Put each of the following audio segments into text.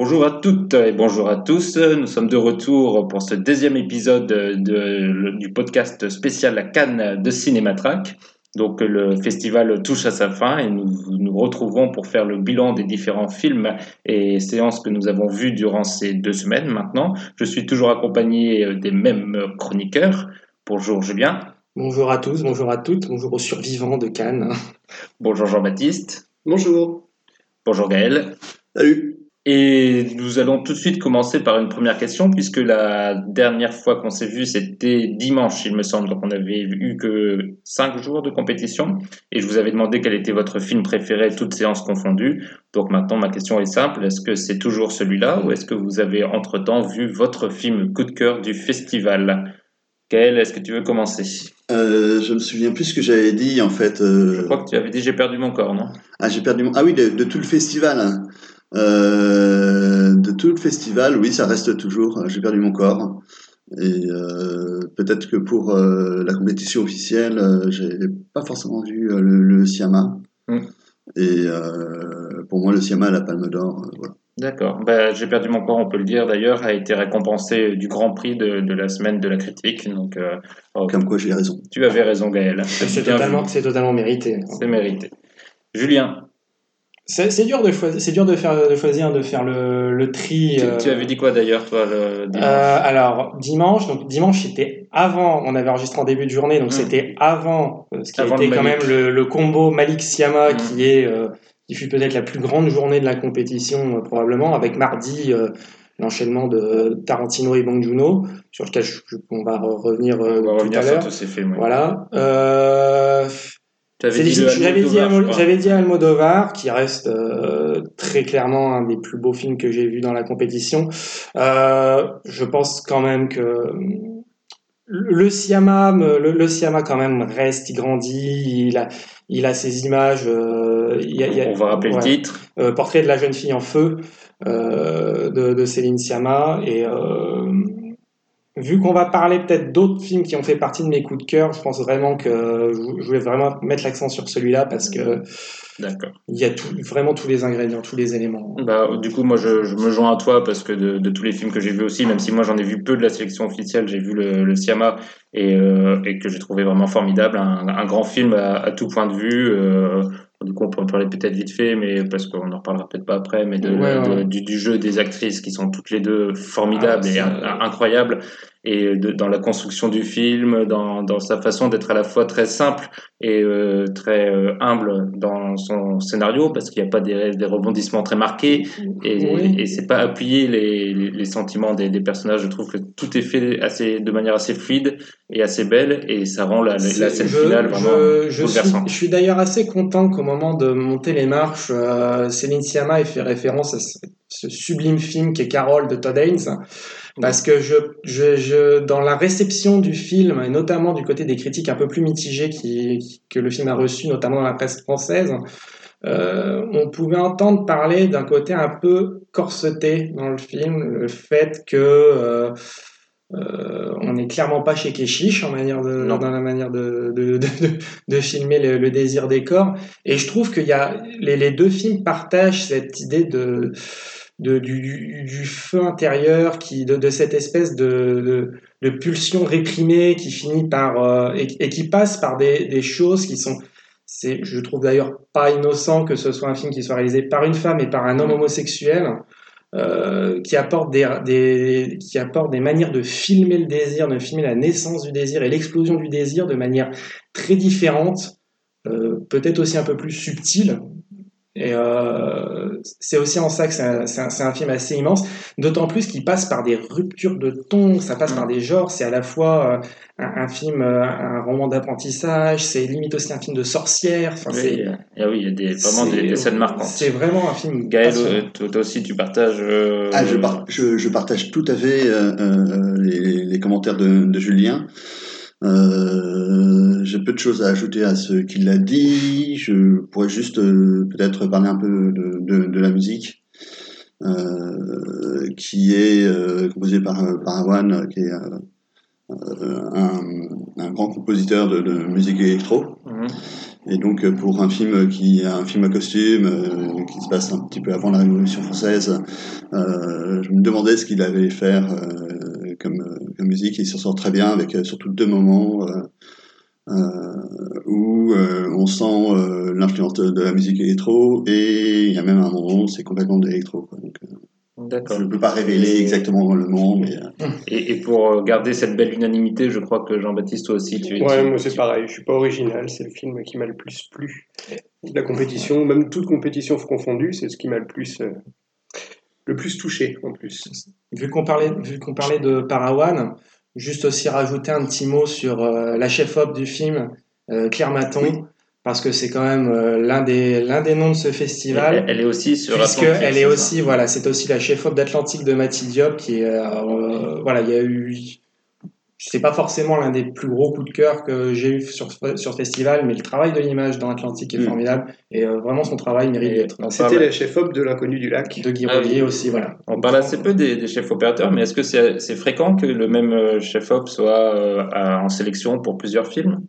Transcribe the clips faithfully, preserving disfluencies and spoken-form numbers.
Bonjour à toutes et bonjour à tous. Nous sommes de retour pour ce deuxième épisode de, du podcast spécial à Cannes de Cinématrack. Donc le festival touche à sa fin et nous nous retrouvons pour faire le bilan des différents films et séances que nous avons vues durant ces deux semaines maintenant. Je suis toujours accompagné des mêmes chroniqueurs. Bonjour Julien. Bonjour à tous, bonjour à toutes, bonjour aux survivants de Cannes. Bonjour Jean-Baptiste. Bonjour. Bonjour Gaël. Salut. Et nous allons tout de suite commencer par une première question, puisque la dernière fois qu'on s'est vu, c'était dimanche, il me semble. Donc on avait eu que cinq jours de compétition. Et je vous avais demandé quel était votre film préféré, toutes séances confondues. Donc maintenant, ma question est simple. Est-ce que c'est toujours celui-là ou est-ce que vous avez entre-temps vu votre film coup de cœur du festival ? Gaël, est-ce que tu veux commencer ? Euh, je me souviens plus ce que j'avais dit en fait. Euh... Je crois que tu avais dit j'ai perdu mon corps, non ? Ah, j'ai perdu mon... Ah oui, de, de tout le festival. Hein. Euh, de tout le festival, oui, ça reste toujours. J'ai perdu mon corps. Et euh, peut-être que pour euh, la compétition officielle, euh, j'ai pas forcément vu euh, le, le Siama. Mm. Et euh, pour moi, le Siama a la Palme d'Or. Euh, voilà. D'accord. Ben, j'ai perdu mon corps, on peut le dire d'ailleurs, a été récompensé du Grand Prix de, de la semaine de la critique. Donc, euh, comme quoi j'ai raison. Tu avais raison, Gaël. C'est totalement, c'est totalement mérité. C'est mérité. Julien. C'est, c'est dur de choisir, c'est dur de faire, de choisir, de faire le, le tri. Tu, euh... tu avais dit quoi d'ailleurs, toi, le dimanche ? euh, Alors dimanche, donc dimanche c'était avant. On avait enregistré en début de journée, donc mmh. c'était avant ce qui avant a été quand même le, le combo Malik Siama, mmh. qui est, euh, qui fut peut-être la plus grande journée de la compétition euh, probablement, avec mardi. Euh, L'enchaînement de Tarantino et Bong Joon-ho, sur lequel je, je, on va revenir euh, on va tout revenir à l'heure. Sur tous ces films, oui. Voilà. Euh, C'est dit j'avais, dit Almodovar, j'avais dit Almodovar, qui reste euh, très clairement un des plus beaux films que j'ai vu dans la compétition. Euh, je pense quand même que le Siama, le, le Siama quand même reste, il grandit, il a, il a ses images. Euh, il y a, il y a, on va rappeler ouais, le titre. Euh, Portrait de la jeune fille en feu euh, de, de Céline Sciamma et euh, vu qu'on va parler peut-être d'autres films qui ont fait partie de mes coups de cœur, je pense vraiment que je voulais vraiment mettre l'accent sur celui-là parce que D'accord. Il y a tout, vraiment tous les ingrédients, tous les éléments. Bah, du coup, moi, je, je me joins à toi parce que de, de tous les films que j'ai vus aussi, même si moi j'en ai vu peu de la sélection officielle, j'ai vu le, le Siama et, euh, et que j'ai trouvé vraiment formidable, un, un grand film à, à tout point de vue. Euh, du coup, on peut en parler peut-être vite fait, mais parce qu'on en reparlera peut-être pas après, mais de, ouais, de, ouais. Du, du jeu des actrices qui sont toutes les deux formidables ah, et un, un, incroyables. Et de, dans la construction du film, dans, dans sa façon d'être à la fois très simple et euh, très euh, humble dans son scénario, parce qu'il n'y a pas des, des rebondissements très marqués et, oui. et c'est pas appuyer les, les, les sentiments des, des personnages. Je trouve que tout est fait assez, de manière assez fluide et assez belle et ça rend la, la scène je, finale vraiment je, je bouleversante. Suis, je suis d'ailleurs assez content qu'au moment de monter les marches, euh, Céline Sciamma ait fait référence à ce, ce sublime film qu'est Carol de Todd Haynes. Parce que je, je, je, dans la réception du film, et notamment du côté des critiques un peu plus mitigées qui, que le film a reçu, notamment dans la presse française, euh, on pouvait entendre parler d'un côté un peu corseté dans le film, le fait que euh, euh, on n'est clairement pas chez Keshish en manière de, dans la manière de, de, de, de, de filmer le, le désir des corps. Et je trouve qu'il y a les, les deux films partagent cette idée de De, du, du feu intérieur, qui, de, de cette espèce de, de, de pulsion réprimée qui finit par euh, et, et qui passe par des, des choses qui sont, c'est, je trouve d'ailleurs pas innocent que ce soit un film qui soit réalisé par une femme et par un homme homosexuel, euh, qui apporte des, des qui apporte des manières de filmer le désir, de filmer la naissance du désir et l'explosion du désir de manière très différente, euh, peut-être aussi un peu plus subtile. Et euh, c'est aussi en ça que c'est un, c'est, un, c'est un film assez immense, d'autant plus qu'il passe par des ruptures de ton, ça passe mmh. par des genres, c'est à la fois euh, un, un film, euh, un roman d'apprentissage, c'est limite aussi un film de sorcière. Enfin, oui, c'est, il y a, oui, il y a des, vraiment des, des scènes marquantes. C'est vraiment un film. Gaël, toi, toi aussi, tu partages. Euh... Ah, je, par, je, je partage tout à fait euh, euh, les, les commentaires de, de Julien. Euh, j'ai peu de choses à ajouter à ce qu'il a dit. Je pourrais juste euh, peut-être parler un peu de, de, de la musique, euh, qui est euh, composée par, par Awan, qui est euh, un, un grand compositeur de, de musique électro. Mmh. Et donc pour un film qui un film à costume euh, qui se passe un petit peu avant la Révolution française, euh, je me demandais ce qu'il allait faire euh, comme, comme musique. Il s'en sort très bien avec euh, surtout deux moments euh, euh, où euh, on sent euh, l'influence de, de la musique électro, et il y a même un moment où c'est complètement de l'électro, quoi. Donc, euh, D'accord. je ne peux pas révéler exactement le moment, mais euh, Et, et pour garder cette belle unanimité, je crois que Jean-Baptiste, toi aussi, tu es. Ouais, tu- moi c'est tu- pareil, je suis pas original, c'est le film qui m'a le plus plu. De la compétition, même toute compétition confondue, c'est ce qui m'a le plus, euh, le plus touché en plus. Vu qu'on parlait, vu qu'on parlait de Parawan, juste aussi rajouter un petit mot sur euh, la chef-op du film, euh, Claire Maton, Oui. parce que c'est quand même euh, l'un des l'un des noms de ce festival. Elle, elle est aussi sur Puisque Atlantique, elle c'est est ça aussi, voilà, c'est aussi la chef-op d'Atlantique de Mathilde Diop qui est, euh, voilà, il y a eu, c'est pas forcément l'un des plus gros coups de cœur que j'ai eu sur sur ce festival, mais le travail de l'image dans Atlantique est Mm. formidable et euh, vraiment son travail mérite Et d'être. on C'était parle, la chef-op de l'Inconnu du lac. De Guy Ah Rollier oui. aussi, voilà. on parle assez peu des, des chefs opérateurs, mais est-ce que c'est c'est fréquent que le même euh, chef-op soit euh, à- en sélection pour plusieurs films?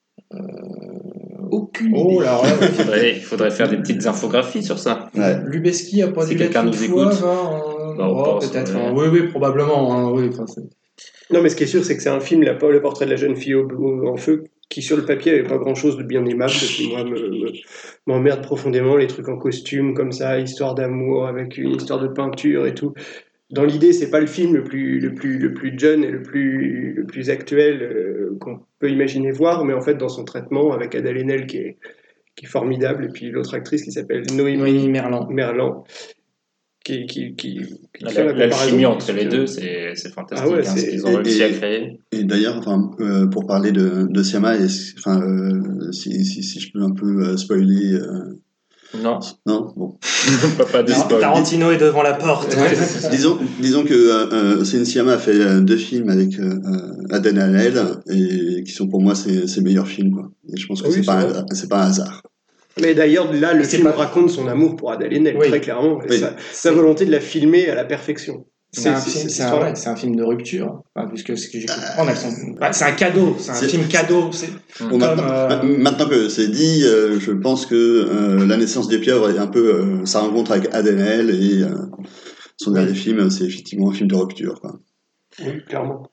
Aucune oh, idée. Alors là, Il faudrait, il faudrait faire des petites infographies sur ça. ouais. Lubeski a pas Si dû quelqu'un l'être une nous fois, écoute. genre, euh, Bah, on oh, pense, peut-être. ouais. hein. Oui, oui, probablement. Hein, oui, enfin, c'est- Non, mais ce qui est sûr, c'est que c'est un film, la, le portrait de la jeune fille au, au- en feu, qui sur le papier avait pas grand-chose de bien aimable, qui moi me, me- m'emmerde profondément, les trucs en costume comme ça, histoire d'amour avec une histoire de peinture et tout. Dans l'idée, c'est pas le film le plus le plus le plus jeune et le plus le plus actuel euh, qu'on peut imaginer voir, mais en fait dans son traitement avec Adèle Haenel qui est qui est formidable, et puis l'autre actrice qui s'appelle Noémie Noémie Merlan. Merlan, qui qui qui, qui La- fait la comparaison. L'alchimie entre les Euh, deux, c'est c'est fantastique, Ah ouais, hein, ce c'est- qu'ils ont et- réussi et- à créer. Et d'ailleurs, enfin, euh, pour parler de, de Siama, et, enfin, euh, si, si, si je peux un peu euh, spoiler, euh, Non, non, bon. pas, pas de Non, spoil. Tarantino est devant la porte. disons, disons que euh, Céline Sciamma a fait euh, deux films avec euh, Adèle Haenel, et qui sont pour moi ses, ses meilleurs films, quoi. Et je pense que Oui, c'est c'est pas, vrai. un- c'est pas un hasard. Mais d'ailleurs, là, le C'est film pas- raconte son amour pour Adèle Haenel, Oui. très clairement, et Oui. sa, sa volonté de la filmer à la perfection. C'est un, c'est- film, c'est- c'est, un, histoire- ouais, c'est un film de rupture, enfin, puisque ce que j'ai pu comprendre, elles sont- bah, c'est un cadeau, c'est un C'est- film cadeau. C'est Bon, comme, maintenant, euh, maintenant que c'est dit, euh, je pense que euh, La naissance des pieuvres est un peu euh, sa rencontre avec Adèle Haenel, et euh, son Oui. dernier film, c'est effectivement un film de rupture, quoi. Oui, clairement.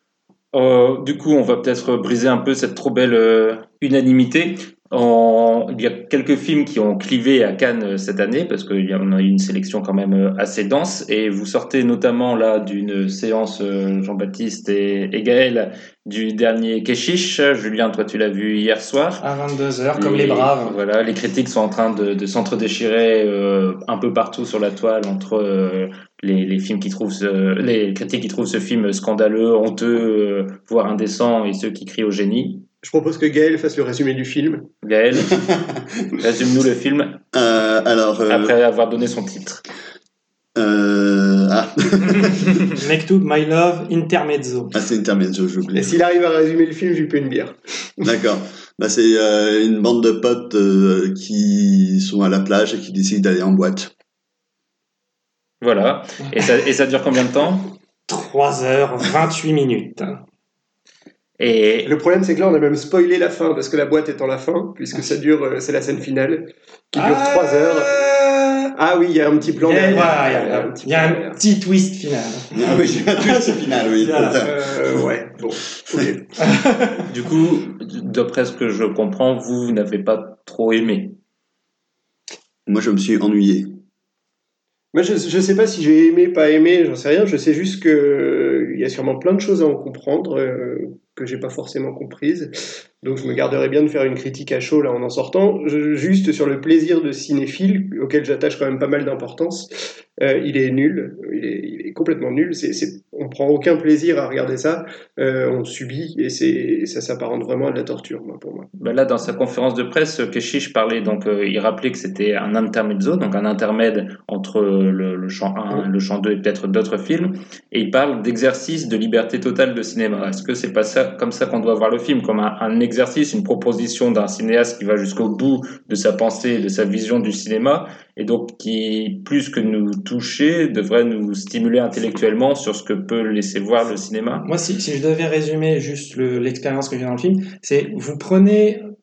Euh, du coup, on va peut-être briser un peu cette trop belle euh, unanimité. En- Il y a quelques films qui ont clivé à Cannes euh, cette année parce qu'on a eu une sélection quand même euh, assez dense, et vous sortez notamment là d'une séance, euh, Jean-Baptiste et, et Gaël, du dernier Keshish. Julien, toi tu l'as vu hier soir. à vingt-deux heures, comme les braves. Voilà, les critiques sont en train de, de s'entre-déchirer euh, un peu partout sur la toile entre euh, les, les films qui trouvent ce, les critiques qui trouvent ce film scandaleux, honteux, euh, voire indécent, et ceux qui crient au génie. Je propose que Gaël fasse le résumé du film. Gaël, résume-nous le film Euh, alors, euh, après avoir donné son titre. euh, ah, Mektoub, My Love, Intermezzo. ah, c'est intermezzo, Et j'oublie. s'il arrive à résumer le film, je lui paie une bière. D'accord. Bah, c'est euh, une bande de potes euh, qui sont à la plage et qui décident d'aller en boîte. Voilà. Et ça, et ça dure combien de temps? trois heures vingt-huit minutes. Et Le problème, c'est que là, on a même spoilé la fin, parce que la boîte est en la fin, puisque ça dure, euh, c'est la scène finale, qui dure Ah, trois heures. Ah oui, il y a un petit plan Il y a, derrière. voilà, il y a- Il y a un petit il y a plan un derrière. petit twist final. Ah oui, j'ai un twist final, oui. Voilà. Euh, ouais, bon, ok. du coup, d'après ce que je comprends, vous, vous n'avez pas trop aimé. Moi, je me suis ennuyé. Moi, je, je sais pas si j'ai aimé, pas aimé, j'en sais rien. Je sais juste que euh, il y a sûrement plein de choses à en comprendre euh, que j'ai pas forcément comprises. Donc, je me garderai bien de faire une critique à chaud là en en sortant. Je- juste sur le plaisir de cinéphile auquel j'attache quand même pas mal d'importance. Euh, il est nul, il est, il est complètement nul. C'est, c'est, on prend aucun plaisir à regarder ça. Euh, on subit et c'est, ça s'apparente vraiment à de la torture, moi, pour moi. Ben là, dans sa conférence de presse, Keshish parlait, donc, euh, il rappelait que c'était un intermezzo, donc un intermède entre le, le chant un, le chant deux et peut-être d'autres films, et il parle d'exercice de liberté totale de cinéma. Est-ce que c'est pas ça, comme ça qu'on doit voir le film, comme un, un exercice, une proposition d'un cinéaste qui va jusqu'au bout de sa pensée, de sa vision du cinéma, et donc qui, plus que nous toucher, devrait nous stimuler intellectuellement sur ce que peut laisser voir le cinéma? Moi, si, si je devais résumer juste le- l'expérience que j'ai dans le film, c'est vous prenez,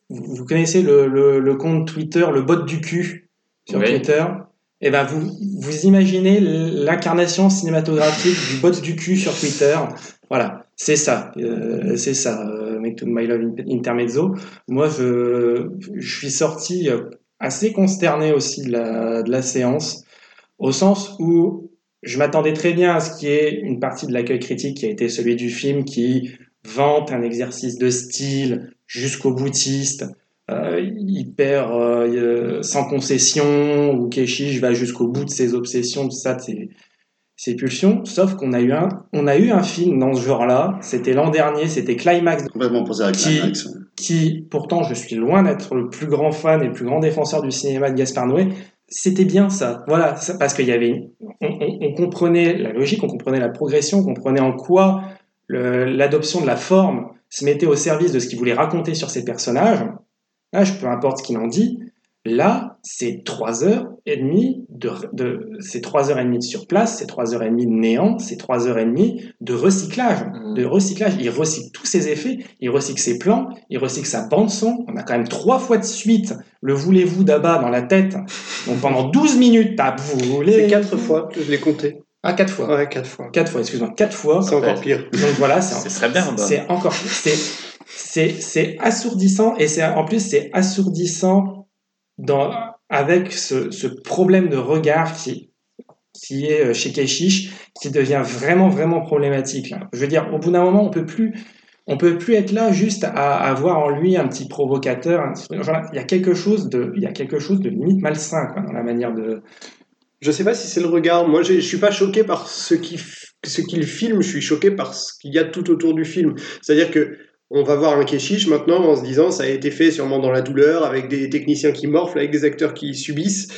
vous, vous connaissez le, le, le compte Twitter, le bot du cul sur Oui. Twitter. Et ben vous vous imaginez l'incarnation cinématographique du bot du cul sur Twitter. Voilà, c'est ça, euh, c'est ça. Euh, Make to My Love Intermezzo. Moi, je je suis sorti assez consterné aussi de la de la séance, au sens où je m'attendais très bien à ce qu'il y ait une partie de l'accueil critique qui a été celui du film qui vante un exercice de style jusqu'au boutiste. Euh, hyper euh, sans concession, où Keshish va jusqu'au bout de ses obsessions, de ça, de ses, ses pulsions. Sauf qu'on a eu un, on a eu un film dans ce genre-là. C'était l'an dernier, c'était Climax. Complètement pensé à qui, Climax. qui, pourtant, je suis loin d'être le plus grand fan et le plus grand défenseur du cinéma de Gaspard Noé. C'était bien ça, voilà, ça, parce qu'il y avait, on, on, on comprenait la logique, on comprenait la progression, on comprenait en quoi le, l'adoption de la forme se mettait au service de ce qu'il voulait raconter sur ses personnages. Là, je peu importe ce qu'il en dit. Là, c'est trois heures et demie de, de c'est trois heures et demie de surplace, c'est trois heures et demie de néant, c'est trois heures et demie de recyclage, mmh. de recyclage. Il recycle tous ses effets, il recycle ses plans, il recycle sa bande son. On a quand même trois fois de suite le voulez-vous d'Abba dans la tête. Donc pendant douze minutes, t'as voulu. C'est quatre fois que je l'ai compté. Ah, quatre fois. Ouais, quatre fois. Quatre fois, excuse-moi, quatre fois. C'est encore pire. Donc voilà, c'est, c'est très bien. Bah. C'est encore, c'est, c'est, c'est assourdissant et c'est, en plus, c'est assourdissant dans, avec ce, ce problème de regard qui, qui est chez Keshish, qui devient vraiment, vraiment problématique, là. Je veux dire, au bout d'un moment, on peut plus, on peut plus être là juste à, à voir en lui un petit provocateur. Un petit, genre, il y a quelque chose de, il y a quelque chose de limite malsain, quoi, dans la manière de. Je sais pas si c'est le regard. Moi, je suis pas choqué par ce qui, ce qu'il filme. Je suis choqué par ce qu'il y a tout autour du film. C'est-à-dire que on va voir un Keshish maintenant en se disant ça a été fait sûrement dans la douleur, avec des techniciens qui morflent, avec des acteurs qui subissent.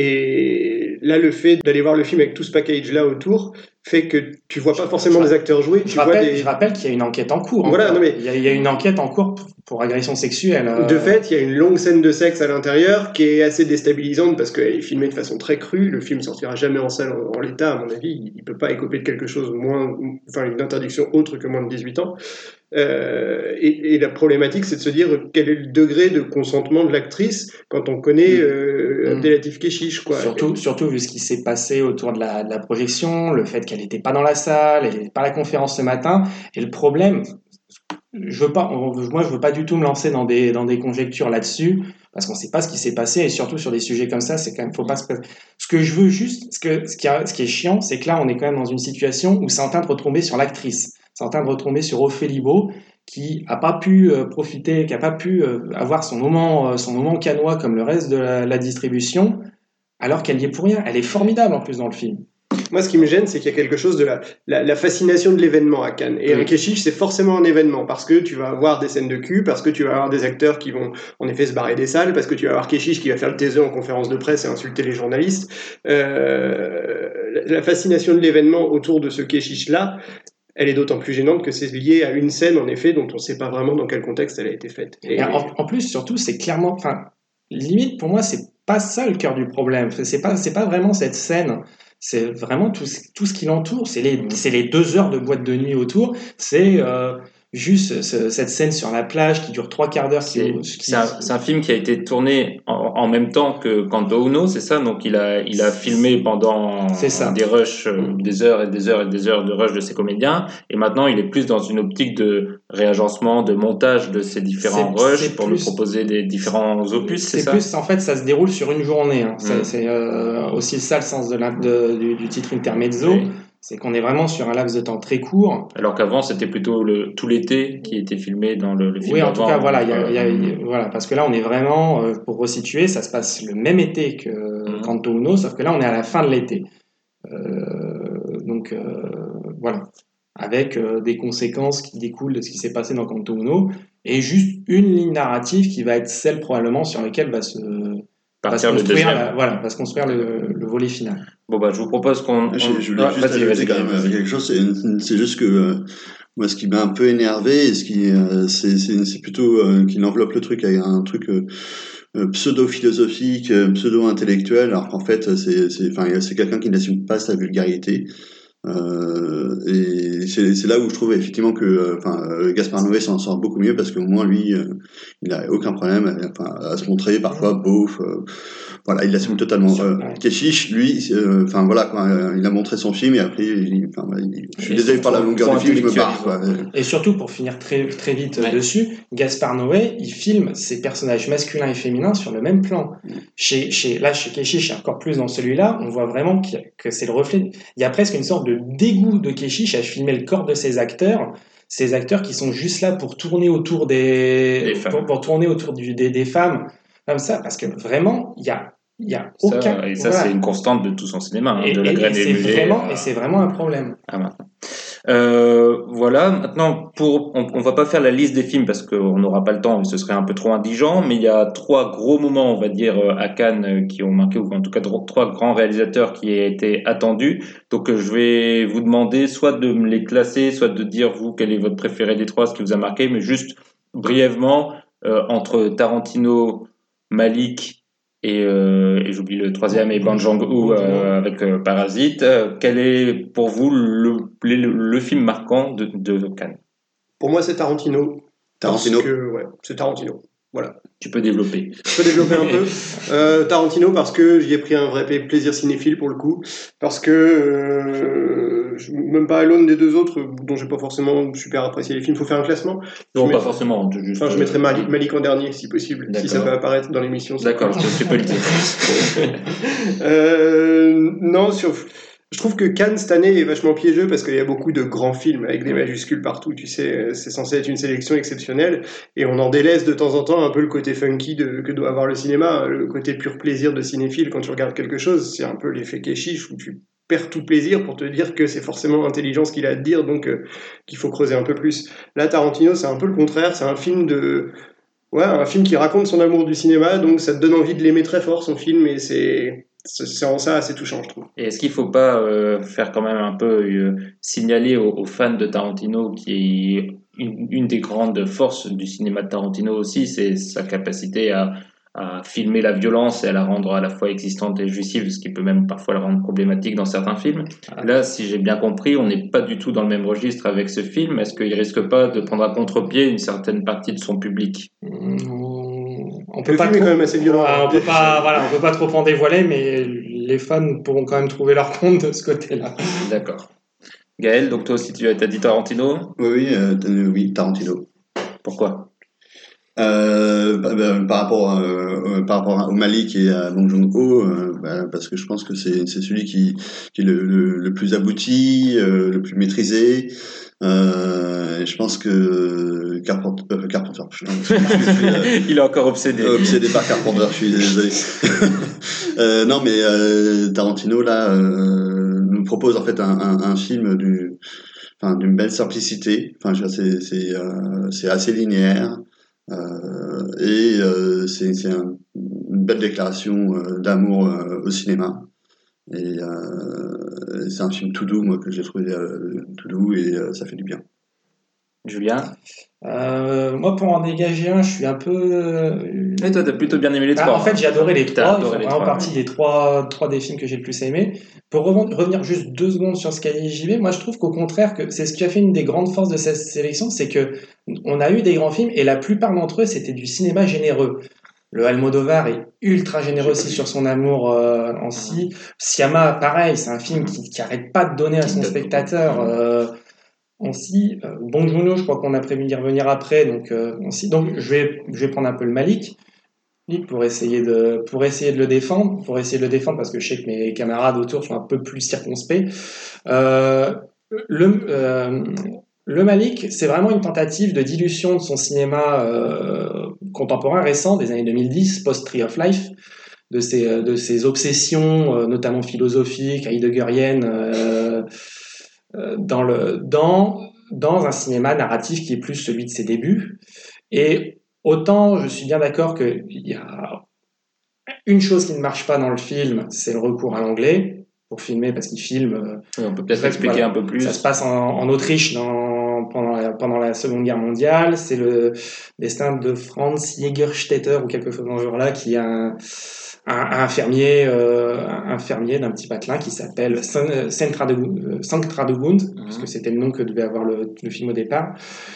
Et là, le fait d'aller voir le film avec tout ce package-là autour fait que tu vois pas forcément je, des acteurs jouer. Je, tu rappelle, vois des... je rappelle qu'il y a une enquête en cours. Voilà, non mais... il, y a, il y a une enquête en cours pour, pour agression sexuelle. Euh... De fait, il y a une longue scène de sexe à l'intérieur qui est assez déstabilisante parce qu'elle est filmée de façon très crue. Le film sortira jamais en salle en, en l'état, à mon avis. Il peut pas écoper de quelque chose moins, enfin une interdiction autre que moins de dix-huit ans. Euh, et, et la problématique, c'est de se dire quel est le degré de consentement de l'actrice quand on connaît euh, mmh. Abdelatif Keshish, quoi. Surtout, et... surtout vu ce qui s'est passé autour de la, de la projection, le fait qu'elle n'était pas dans la salle, elle n'était pas à la conférence ce matin, et le problème, je veux pas, moi je veux pas du tout me lancer dans des dans des conjectures là-dessus parce qu'on sait pas ce qui s'est passé et surtout sur des sujets comme ça, c'est quand même faut pas se... Ce que je veux juste, ce que ce qui, a, ce qui est chiant, c'est que là on est quand même dans une situation où c'est en train de retomber sur l'actrice. C'est en train de retomber sur Ophélie Beau, qui a pas pu euh, profiter, qui a pas pu euh, avoir son moment, euh, son moment canois comme le reste de la, la distribution, alors qu'elle y est pour rien. Elle est formidable en plus dans le film. Moi, ce qui me gêne, c'est qu'il y a quelque chose de la, la, la fascination de l'événement à Cannes. Et oui. Un Keshish, c'est forcément un événement, parce que tu vas avoir des scènes de cul, parce que tu vas avoir des acteurs qui vont, en effet, se barrer des salles, parce que tu vas avoir Keshish qui va faire le taiseux en conférence de presse et insulter les journalistes. Euh, la fascination de l'événement autour de ce Keshish-là, elle est d'autant plus gênante que c'est lié à une scène, en effet, dont on ne sait pas vraiment dans quel contexte elle a été faite. Et en, en plus, surtout, c'est clairement... Enfin, limite, pour moi, c'est pas ça le cœur du problème. C'est pas, c'est pas vraiment cette scène. C'est vraiment tout, tout ce qui l'entoure. C'est les, c'est les deux heures de boîte de nuit autour. C'est... Euh, juste ce, cette scène sur la plage qui dure trois quarts d'heure. C'est, qui, c'est, un, c'est un film qui a été tourné en, en même temps que Kanto Uno, c'est ça? Donc il a, il a filmé pendant des rushs, mmh. des heures et des heures et des heures de rush de ses comédiens. Et maintenant il est plus dans une optique de réagencement, de montage de ces différents c'est, rushs c'est pour plus, nous proposer des différents opus, c'est, c'est ça? C'est plus, en fait, ça se déroule sur une journée. Hein. Mmh. C'est, c'est euh, aussi ça le sens de la, de, du, du titre Intermezzo. Oui. C'est qu'on est vraiment sur un laps de temps très court. Alors qu'avant, c'était plutôt le, tout l'été qui était filmé dans le, le film. Oui, en avant, tout cas, voilà, y a, y a, y a, voilà, parce que là, on est vraiment, euh, pour resituer, ça se passe le même été que mmh. Kanto Uno, sauf que là, on est à la fin de l'été. Euh, donc, euh, voilà, avec euh, des conséquences qui découlent de ce qui s'est passé dans Kanto Uno, et juste une ligne narrative qui va être celle probablement sur laquelle va se... Va se, construire la, voilà, va se construire le, le volet final. Bon, bah, je vous propose qu'on. On... Je, je voulais ah, juste vas-y, ajouter vas-y, quand même vas-y. quelque chose. C'est, c'est juste que euh, moi, ce qui m'a un peu énervé, et ce qui, euh, c'est, c'est, c'est plutôt euh, qu'il enveloppe le truc avec un truc euh, pseudo-philosophique, euh, pseudo-intellectuel, alors qu'en fait, c'est, c'est, enfin, c'est quelqu'un qui n'assume pas sa vulgarité. Euh, et et c'est, c'est là où je trouve effectivement que enfin, euh, Gaspard Noé s'en sort beaucoup mieux parce qu'au moins lui, euh, il n'a aucun problème à, enfin, à se montrer parfois beauf. Euh, voilà, il l'assume totalement. Euh, Keshish, lui, enfin euh, voilà, quoi, euh, il a montré son film et après, il, enfin, il, je suis Et désolé par la longueur du film, je me barre. Quoi. Et surtout, pour finir très, très vite ouais. dessus, Gaspard Noé, il filme ses personnages masculins et féminins sur le même plan. Mm. Chez, chez, là, chez Keshish, et encore plus dans celui-là, on voit vraiment que, que c'est le reflet. Il y a presque une sorte de dégoût de Keshish à filmer le corps de ses acteurs. Ces acteurs qui sont juste là pour tourner autour des, des pour, pour tourner autour du, des, des femmes, comme ça, parce que vraiment, il y a Il y a aucun. Ça, et ça, voilà. c'est une constante de tout son cinéma, hein, et, de la et, graine et, c'est émulée, vraiment, euh... et c'est vraiment un problème. Ah, maintenant. Euh, voilà, maintenant, pour, on, on va pas faire la liste des films parce qu'on n'aura pas le temps et ce serait un peu trop indigent, mais il y a trois gros moments, on va dire, à Cannes qui ont marqué, ou en tout cas trois grands réalisateurs qui ont été attendus. Donc, je vais vous demander soit de me les classer, soit de dire, vous, quel est votre préféré des trois, ce qui vous a marqué, mais juste brièvement, euh, entre Tarantino, Malick, Et, euh, et j'oublie le troisième, et Bong Joon-ho euh, avec euh, Parasite. Euh, quel est pour vous le, le, le film marquant de, de Cannes? Pour moi, c'est Tarantino. Tarantino. Parce que, ouais, c'est Tarantino. Voilà. Tu peux développer. Je peux développer un peu. Euh, Tarantino parce que j'y ai pris un vrai plaisir cinéphile pour le coup. Parce que euh, même pas à l'aune des deux autres dont j'ai pas forcément super apprécié les films. Faut faire un classement. Non, pas forcément. Juste, enfin, je mettrais Malik, Malik en dernier si possible. D'accord. Si ça peut apparaître dans l'émission. D'accord, tu peux le dire. euh, non, sur. Je trouve que Cannes cette année est vachement piégeux parce qu'il y a beaucoup de grands films avec des majuscules partout, tu sais, c'est censé être une sélection exceptionnelle et on en délaisse de temps en temps un peu le côté funky de, que doit avoir le cinéma, le côté pur plaisir de cinéphile quand tu regardes quelque chose, c'est un peu l'effet Keshish où tu perds tout plaisir pour te dire que c'est forcément intelligent ce qu'il a à te dire, donc euh, qu'il faut creuser un peu plus. Là, Tarantino, c'est un peu le contraire, c'est un film de... Ouais, un film qui raconte son amour du cinéma, donc ça te donne envie de l'aimer très fort, son film, et c'est... c'est en ça assez touchant, je trouve. Et est-ce qu'il ne faut pas euh, faire quand même un peu euh, signaler aux, aux fans de Tarantino qui est une, une des grandes forces du cinéma de Tarantino aussi, c'est sa capacité à, à filmer la violence et à la rendre à la fois existante et jouissive, ce qui peut même parfois la rendre problématique dans certains films. Là, si j'ai bien compris, on n'est pas du tout dans le même registre avec ce film. Est-ce qu'il ne risque pas de prendre à contre-pied une certaine partie de son public ? On peut le pas film trop, est quand même assez violent. On peut pas, voilà, on peut pas trop en dévoiler, mais les fans pourront quand même trouver leur compte de ce côté-là. D'accord. Gaël, donc toi aussi tu as dit Tarantino ? Oui, euh, oui, Tarantino. Pourquoi ? Euh, bah, bah, par rapport euh, par rapport au Malik et à Bong Joon-ho, euh, bah, parce que je pense que c'est c'est celui qui qui est le le, le plus abouti, euh, le plus maîtrisé. Euh, et je pense que Carpenter, euh, Carpenter je, je, je, je, euh, il est encore obsédé. Obsédé par Carpenter, je suis désolé. euh, non, mais euh, Tarantino là euh, nous propose en fait un, un, un film du, enfin d'une belle simplicité. Enfin, je veux dire, c'est c'est euh, c'est assez linéaire. Euh, et euh, c'est, c'est un, une belle déclaration euh, d'amour euh, au cinéma. Et euh, c'est un film tout doux, moi, que j'ai trouvé euh, tout doux et euh, ça fait du bien. Julien ? Euh, moi, pour en dégager un, je suis un peu. Et toi, t'as plutôt bien aimé les bah, trois. En fait, j'ai adoré les trois. T'as ils adoré font les vraiment trois, partie oui. des trois, trois des films que j'ai le plus aimé. Pour revenir juste deux secondes sur ce qu'a dit J B, moi, je trouve qu'au contraire, que c'est ce qui a fait une des grandes forces de cette sélection, c'est que on a eu des grands films et la plupart d'entre eux, c'était du cinéma généreux. Le Almodovar est ultra généreux aussi sur son amour euh, en si. Siama, pareil, c'est un film qui, qui arrête pas de donner à son spectateur. Euh, en si. Euh, Bong Joon-ho, je crois qu'on a prévu d'y revenir après, donc euh, en si. Donc je vais, je vais prendre un peu le Malik pour essayer de, pour essayer de le défendre, pour essayer de le défendre parce que je sais que mes camarades autour sont un peu plus circonspects. Euh, le, euh, le Malik, c'est vraiment une tentative de dilution de son cinéma euh, contemporain récent des années deux mille dix, post-Tree of Life, de ses, de ses obsessions, euh, notamment philosophiques, heideggeriennes, euh, euh, dans, le, dans, dans un cinéma narratif qui est plus celui de ses débuts. Et autant je suis bien d'accord qu'il y a une chose qui ne marche pas dans le film, c'est le recours à l'anglais pour filmer, parce qu'il filme. Oui, on peut peut-être expliquer voilà, un peu plus. Ça se passe en, en Autriche dans, pendant, la, pendant la Seconde Guerre mondiale. C'est le destin de Franz Jägerstätter ou quelque chose dans ce genre-là qui a un, un, un fermier, euh, un fermier d'un petit patelin qui s'appelle Sanktradegund, mmh. puisque c'était le nom que devait avoir le, le film au départ,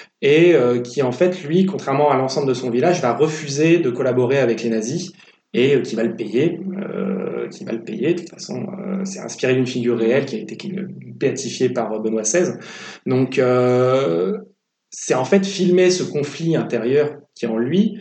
et euh, qui en fait, lui, contrairement à l'ensemble de son village, va refuser de collaborer avec les nazis et euh, qui va le payer, euh, qui va le payer. De toute façon, euh, c'est inspiré d'une figure réelle qui a été béatifiée par Benoît seize. Donc, euh, c'est en fait filmer ce conflit intérieur qui est en lui,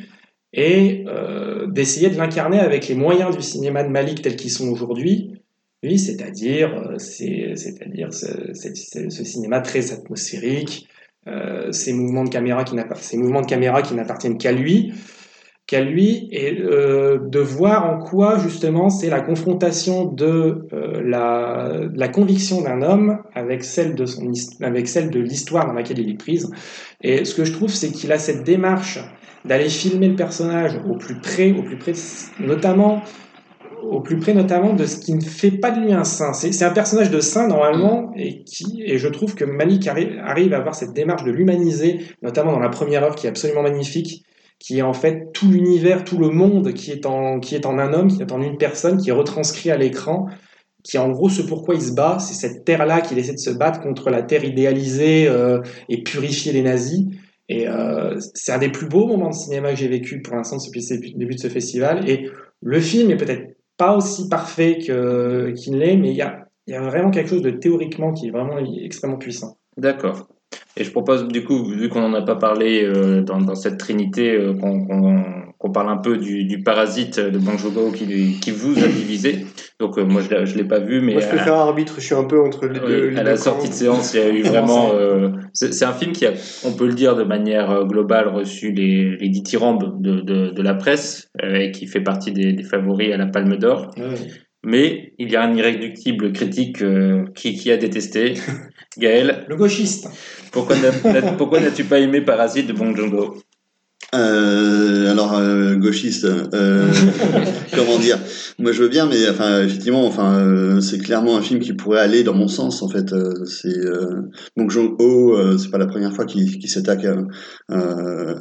et euh, d'essayer de l'incarner avec les moyens du cinéma de Malick tels qu'ils sont aujourd'hui, oui, c'est-à-dire, c'est, c'est-à-dire ce, c'est, c'est, ce cinéma très atmosphérique, euh, ces mouvements de caméra qui ces mouvements de caméra qui n'appartiennent qu'à lui, qu'à lui, et euh, de voir en quoi justement c'est la confrontation de euh, la, de la conviction d'un homme avec celle de son, avec celle de l'histoire dans laquelle il est prise. Et ce que je trouve, c'est qu'il a cette démarche d'aller filmer le personnage au plus près, au plus près, notamment, au plus près notamment de ce qui ne fait pas de lui un saint. C'est, c'est un personnage de saint normalement, et qui, et je trouve que Malick arrive, arrive à avoir cette démarche de l'humaniser, notamment dans la première œuvre qui est absolument magnifique, qui est en fait tout l'univers, tout le monde qui est en, qui est en un homme, qui est en une personne, qui est retranscrit à l'écran, qui est en gros ce pourquoi il se bat, c'est cette terre-là qu'il essaie de se battre contre la terre idéalisée euh, et purifier les nazis. Et euh, c'est un des plus beaux moments de cinéma que j'ai vécu pour l'instant depuis le début de ce festival. Et le film est peut-être pas aussi parfait que, qu'il l'est, mais il y a, il y a vraiment quelque chose de théoriquement qui est vraiment extrêmement puissant. D'accord. Et je propose du coup, vu qu'on n'en a pas parlé euh, dans, dans cette trinité, euh, qu'on, qu'on, qu'on parle un peu du, du Parasite de Bong Joon-ho qui, qui vous a divisé. Donc euh, moi je ne l'ai pas vu, mais moi je peux à, faire arbitre, je suis un peu entre les oui, deux. Les à deux la camps. sortie de séance, il y a eu vraiment. Euh, c'est, c'est un film qui a, on peut le dire de manière globale, reçu les, les dithyrambes de, de, de la presse euh, et qui fait partie des, des favoris à la Palme d'Or. Oui. Mais il y a un irréductible critique euh, qui, qui a détesté. Gaël. Le gauchiste. Pourquoi, n'a, pourquoi n'as-tu pas aimé Parasite de Bong Joon-ho? Euh, alors euh, gauchiste, euh, comment dire? Moi je veux bien, mais enfin effectivement, enfin euh, c'est clairement un film qui pourrait aller dans mon sens en fait. Euh, c'est euh, Bong Joon-ho, euh, c'est pas la première fois qu'il, qu'il s'attaque à, à,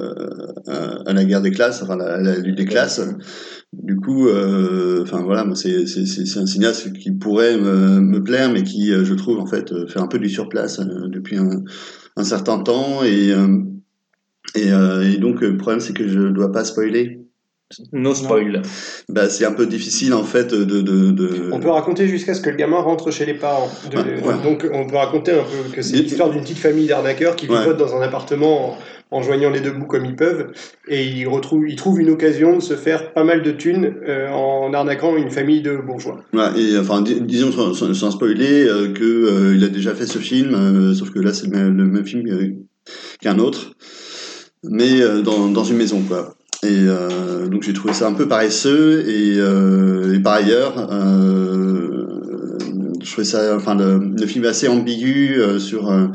à, à la guerre des classes, enfin la, la lutte des classes. Du coup, euh, enfin voilà, moi c'est c'est c'est un cinéaste qui pourrait me, me plaire, mais qui je trouve en fait fait un peu du surplace euh, depuis un, un certain temps et euh, Et, euh, et donc le problème c'est que je dois pas spoiler. No spoil. Bah c'est un peu difficile en fait de, de, de... On peut raconter jusqu'à ce que le gamin rentre chez les parents. De, ouais, ouais. Donc on peut raconter un peu que c'est l'histoire d'une petite famille d'arnaqueurs qui ouais. vivotent dans un appartement en, en joignant les deux bouts comme ils peuvent, et ils retrouvent, ils trouvent une occasion de se faire pas mal de thunes euh, en arnaquant une famille de bourgeois. Ouais, et enfin dis, disons sans, sans, sans spoiler euh, que euh, il a déjà fait ce film, euh, sauf que là c'est le même, le même film qu'un autre, mais euh, dans, dans une maison quoi. Et euh, donc j'ai trouvé ça un peu paresseux et, euh, et par ailleurs euh, je trouvais ça, enfin le, le film est assez ambigu euh, sur euh,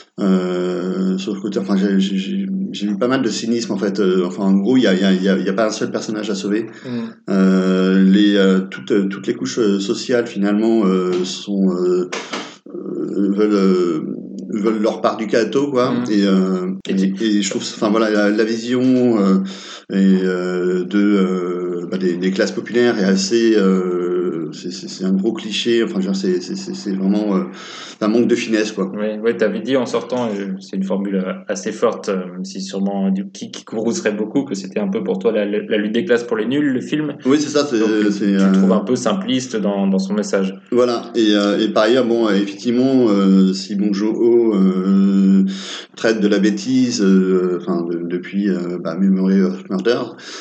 euh, sur le côté, enfin j'ai, j'ai, j'ai vu pas mal de cynisme en fait. Euh, enfin en gros il y a, il y, a, il y a pas un seul personnage à sauver. Mmh. Euh, les euh, toutes toutes les couches sociales finalement euh, sont euh, euh, veulent euh, veulent leur part du gâteau quoi. Mmh. Et, euh, et, et, et je trouve enfin voilà la, la vision euh, et euh, de euh, bah, des, des classes populaires est assez euh, c'est, c'est, c'est un gros cliché, enfin genre c'est c'est c'est, c'est vraiment euh, un manque de finesse quoi. Oui, ouais, t'avais dit en sortant, euh, c'est une formule assez forte, euh, même si sûrement du qui qui courroucerait beaucoup, que c'était un peu pour toi la, la lutte des classes pour les nuls, le film. Oui, c'est ça. C'est, Donc, c'est, tu euh... le trouves un peu simpliste dans, dans son message. Voilà. Et, euh, et par ailleurs, bon, effectivement, euh, si Bong Joon-ho euh, traite de la bêtise, enfin, euh, de, depuis euh, bah, Memory of Murder,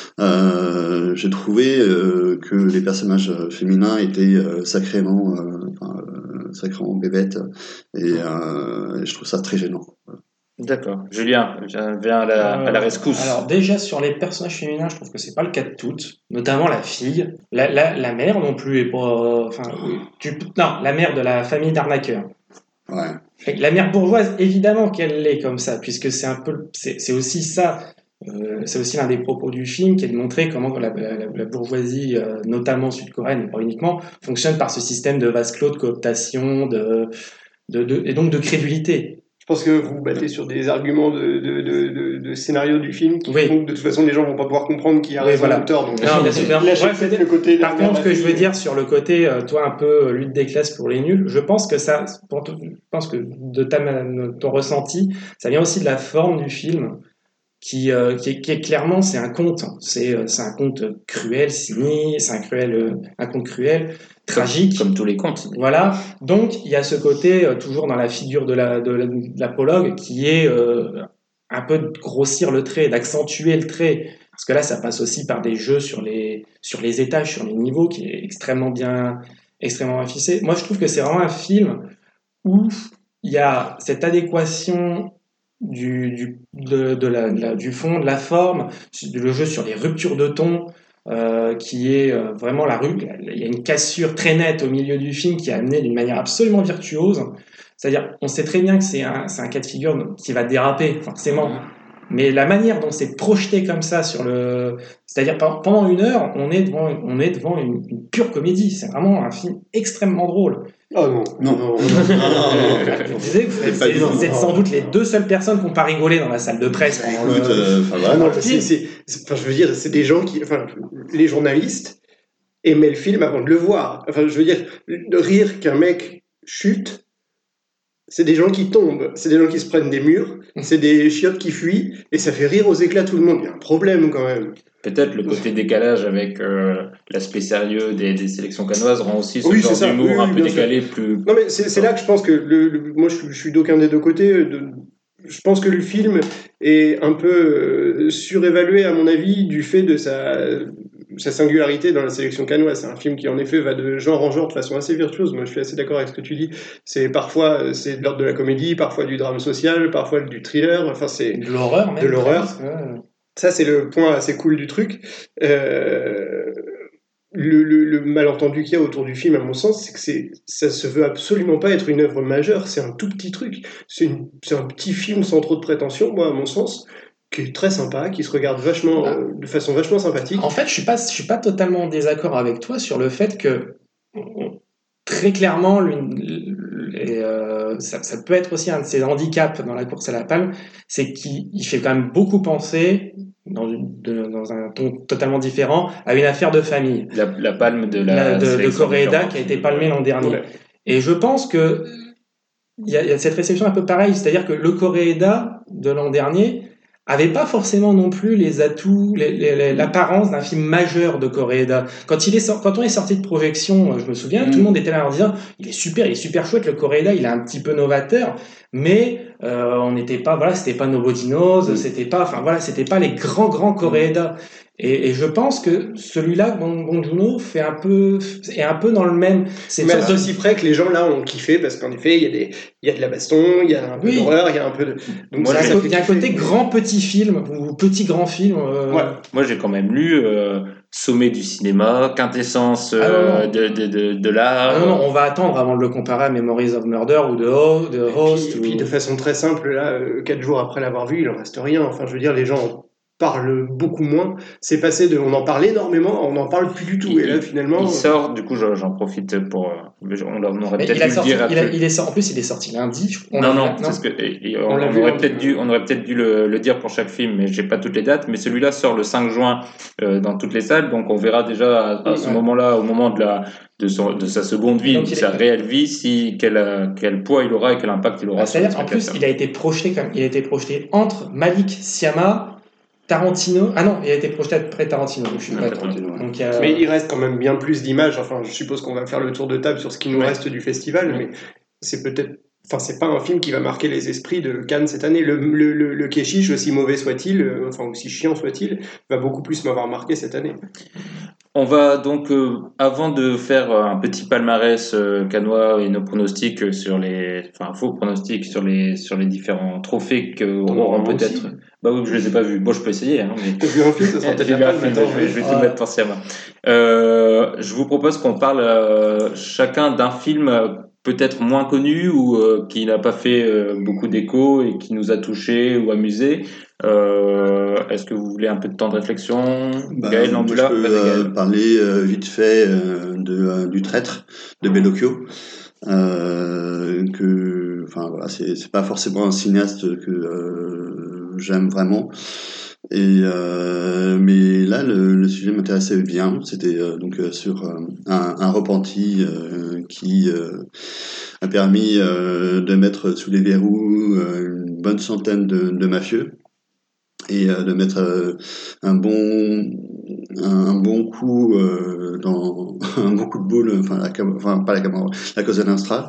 euh, j'ai trouvé euh, que les personnages féminins étaient euh, sacrément, euh, sacrément bébêtes, et, euh, et je trouve ça très gênant. Voilà. D'accord. Julien, viens, viens à, la, euh, à la rescousse. Alors déjà, sur les personnages féminins, je trouve que c'est pas le cas de toutes, notamment la fille. La, la, la mère non plus est pas... Enfin, tu, non, la mère de la famille d'arnaqueurs. Ouais. La mère bourgeoise, évidemment qu'elle l'est comme ça, puisque c'est un peu... C'est, c'est aussi ça... Euh, c'est aussi l'un des propos du film, qui est de montrer comment la, la, la bourgeoisie, euh, notamment sud-coréenne, et pas uniquement, fonctionne par ce système de vase clos, de cooptation, de, de, de, et donc de crédulité. Je pense que vous vous battez sur des arguments de, de, de, de, de scénario du film qui Oui. font que de toute façon les gens vont pas pouvoir comprendre qui a Oui, raison voilà. ou tort. Donc, Non, bien sûr. lâchez Ouais, peut-être le côté. Par contre, ce que je veux dire sur le côté, euh, toi, un peu euh, lutte des classes pour les nuls, je pense que ça, pour te- je pense que de ta, de ton ressenti, ça vient aussi de la forme du film, qui, euh, qui, est, qui est clairement, c'est un conte. C'est, euh, c'est un conte cruel, cynique, c'est un cruel, euh, un conte cruel, tragique. Comme, comme tous les contes. Voilà. Donc, il y a ce côté, euh, toujours dans la figure de, la, de, la, de l'apologue, qui est euh, un peu de grossir le trait, d'accentuer le trait. Parce que là, ça passe aussi par des jeux sur les, sur les étages, sur les niveaux, qui est extrêmement bien, extrêmement bien ficelé. Moi, je trouve que c'est vraiment un film où il y a cette adéquation du, du, de, de la, de la, du fond, de la forme, le jeu sur les ruptures de ton, euh, qui est euh, vraiment la rue. Il y a une cassure très nette au milieu du film qui est amenée d'une manière absolument virtuose. C'est-à-dire, on sait très bien que c'est un, c'est un cas de figure qui va déraper, forcément. Mais la manière dont c'est projeté comme ça sur le, c'est-à-dire pendant une heure, on est devant, on est devant une, une pure comédie. C'est vraiment un film extrêmement drôle. Oh non, Non. non, non, non, non. Je disais, vous êtes, C'est pas vous êtes sans doute les deux seules personnes qui n'ont pas rigolé dans la salle de presse. pendant Écoute, le- euh, enfin, Ah voilà. non, c'est, c'est, c'est- enfin, je veux dire, c'est des gens qui, enfin, les journalistes aimaient le film avant de le voir. Enfin, je veux dire, de rire qu'un mec chute, c'est des gens qui tombent, c'est des gens qui se prennent des murs, c'est des chiottes qui fuient, et ça fait rire aux éclats tout le monde. Il y a un problème quand même. Peut-être le côté décalage avec euh, l'aspect sérieux des, des sélections canoises rend aussi ce Oui, genre c'est ça. d'humour Oui, un oui, peu bien sûr. décalé plus. Non, mais c'est, c'est là que je pense que, le, le- moi je, suis- je suis d'aucun des deux côtés, euh, de- je pense que le film est un peu euh, surévalué à mon avis du fait de sa, sa singularité dans la sélection canoise. C'est un film qui en effet va de genre en genre de façon assez virtuose. Moi je suis assez d'accord avec ce que tu dis. C'est parfois euh, c'est de l'ordre de la comédie, parfois du drame social, parfois du thriller. Enfin c'est De l'horreur, même. De l'horreur. presque, ouais. ça c'est le point assez cool du truc. Euh, le, le, le malentendu qu'il y a autour du film, à mon sens, c'est que c'est, ça se veut absolument pas être une œuvre majeure. C'est un tout petit truc. C'est, une, c'est un petit film sans trop de prétention, moi, à mon sens, qui est très sympa, qui se regarde vachement, Ah. euh, de façon vachement sympathique. En fait, je suis pas, je suis pas totalement en désaccord avec toi sur le fait que on- très clairement, l'une- et, euh, ça, ça peut être aussi un de ses handicaps dans la course à la palme, c'est qu'il il fait quand même beaucoup penser, dans, une- de- dans un ton totalement différent, à une affaire de famille. La, la palme de la La- de, de sélection Koreeda différente. qui a été palmée l'an dernier. Ouais. Et je pense que il y, a, il y a cette réception un peu pareille, c'est-à-dire que le Koreeda de l'an dernier avait pas forcément non plus les atouts, les, les, les, l'apparence d'un film majeur de Koreeda. Quand il est sor- quand on est sorti de projection, euh, je me souviens, Mm. tout le monde était là en disant il est super, il est super chouette le Koreeda, il est un petit peu novateur, mais euh, on n'était pas, voilà, c'était pas Nobody Knows, Mm. c'était pas, enfin voilà, c'était pas les grands grands Koreeda. Et, et je pense que celui-là, Bong Bong Joon-ho, fait un peu, est un peu dans le même. C'est une Mais à sorte de- ceci près que les gens là ont kiffé parce qu'en effet il y a des il y a de la baston, il y a un peu Oui. d'horreur, il y a un peu de donc Moi, il y a ça, un ça co- fait il y a un kiffer. côté grand petit film ou petit grand film. euh, Ouais. Moi, j'ai quand même lu euh, Sommet du cinéma, quintessence euh, Ah, non, non. de, de, de, de l'art. Ah non, non, on va attendre avant de le comparer à Memories of Murder ou de, Ho- de Et Host. puis, et ou- puis, de façon très simple, là, euh, quatre jours après l'avoir vu, il en reste rien. Enfin, je veux dire, les gens en parlent beaucoup moins. C'est passé de, on en parle énormément, on n'en parle plus du tout. Il- Et là, finalement, Il sort, du coup, j'en j'en profite pour. euh, On, on aurait Mais peut-être il a dû le sorti, dire il a- après. il est sorti- en plus, il est sorti lundi. je- on Non, l'a- non, c'est ce que, et- et on, On l'a on vu aurait en- peut-être dû, on aurait peut-être dû le, le dire pour chaque film, mais j'ai pas toutes les dates. Mais celui-là sort le cinq juin euh, dans toutes les salles, donc on verra déjà à, à ce Ouais. moment-là, au moment de la de, son, de sa seconde vie Donc, ou de il sa est- réelle vie, si quel euh, quel poids il aura et quel impact il aura Bah, sur les c'est-à-dire, en plus, spectateurs. il a été projeté comme, il a été projeté entre Malik Siama, Tarantino. Ah non, il a été projeté après Tarantino. Donc, je suis Ouais, pas. Tarantino, ouais. Donc, il y a- mais il reste quand même bien plus d'images. Enfin, je suppose qu'on va faire le tour de table sur ce qui nous Ouais. reste du festival, Ouais. mais c'est peut-être. Enfin, c'est pas un film qui va marquer les esprits de Cannes cette année. Le, le, le, le Keshish, aussi mauvais soit-il, euh, enfin aussi chiant soit-il, va beaucoup plus m'avoir marqué cette année. On va donc, euh, avant de faire euh, un petit palmarès euh, canois et nos pronostics sur les, enfin faux pronostics sur les sur les différents trophées que T'en auront auras peut-être. aussi. Bah oui, je les ai pas vus. Bon, je peux essayer. Hein, mais... T'as vu un film, ça sera Eh, peut-être j'ai la vu un palme, film, attends, je vais, je vais ouais. tout mettre pour Siama. Euh, je vous propose qu'on parle euh, chacun d'un film euh, peut-être moins connu ou euh, qui n'a pas fait euh, beaucoup d'écho et qui nous a touchés ou amusés. Euh, est-ce que vous voulez un peu de temps de réflexion, Bah, Gaël moi, Landula? je peux Vas-y, euh, Gaël. parler euh, vite fait euh, de, euh, du Traître de Bellocchio. Euh, que, enfin voilà, c'est c'est pas forcément un cinéaste que euh, j'aime vraiment. Et euh, mais là, le, le sujet m'intéressait bien. C'était euh, donc euh, sur euh, un, un repenti euh, qui euh, a permis euh, de mettre sous les verrous euh, une bonne centaine de, de mafieux et euh, de mettre euh, un bon un, un bon coup euh, dans un bon coup de boule, enfin, la, cam- enfin pas la Camorra, la Cosa Nostra.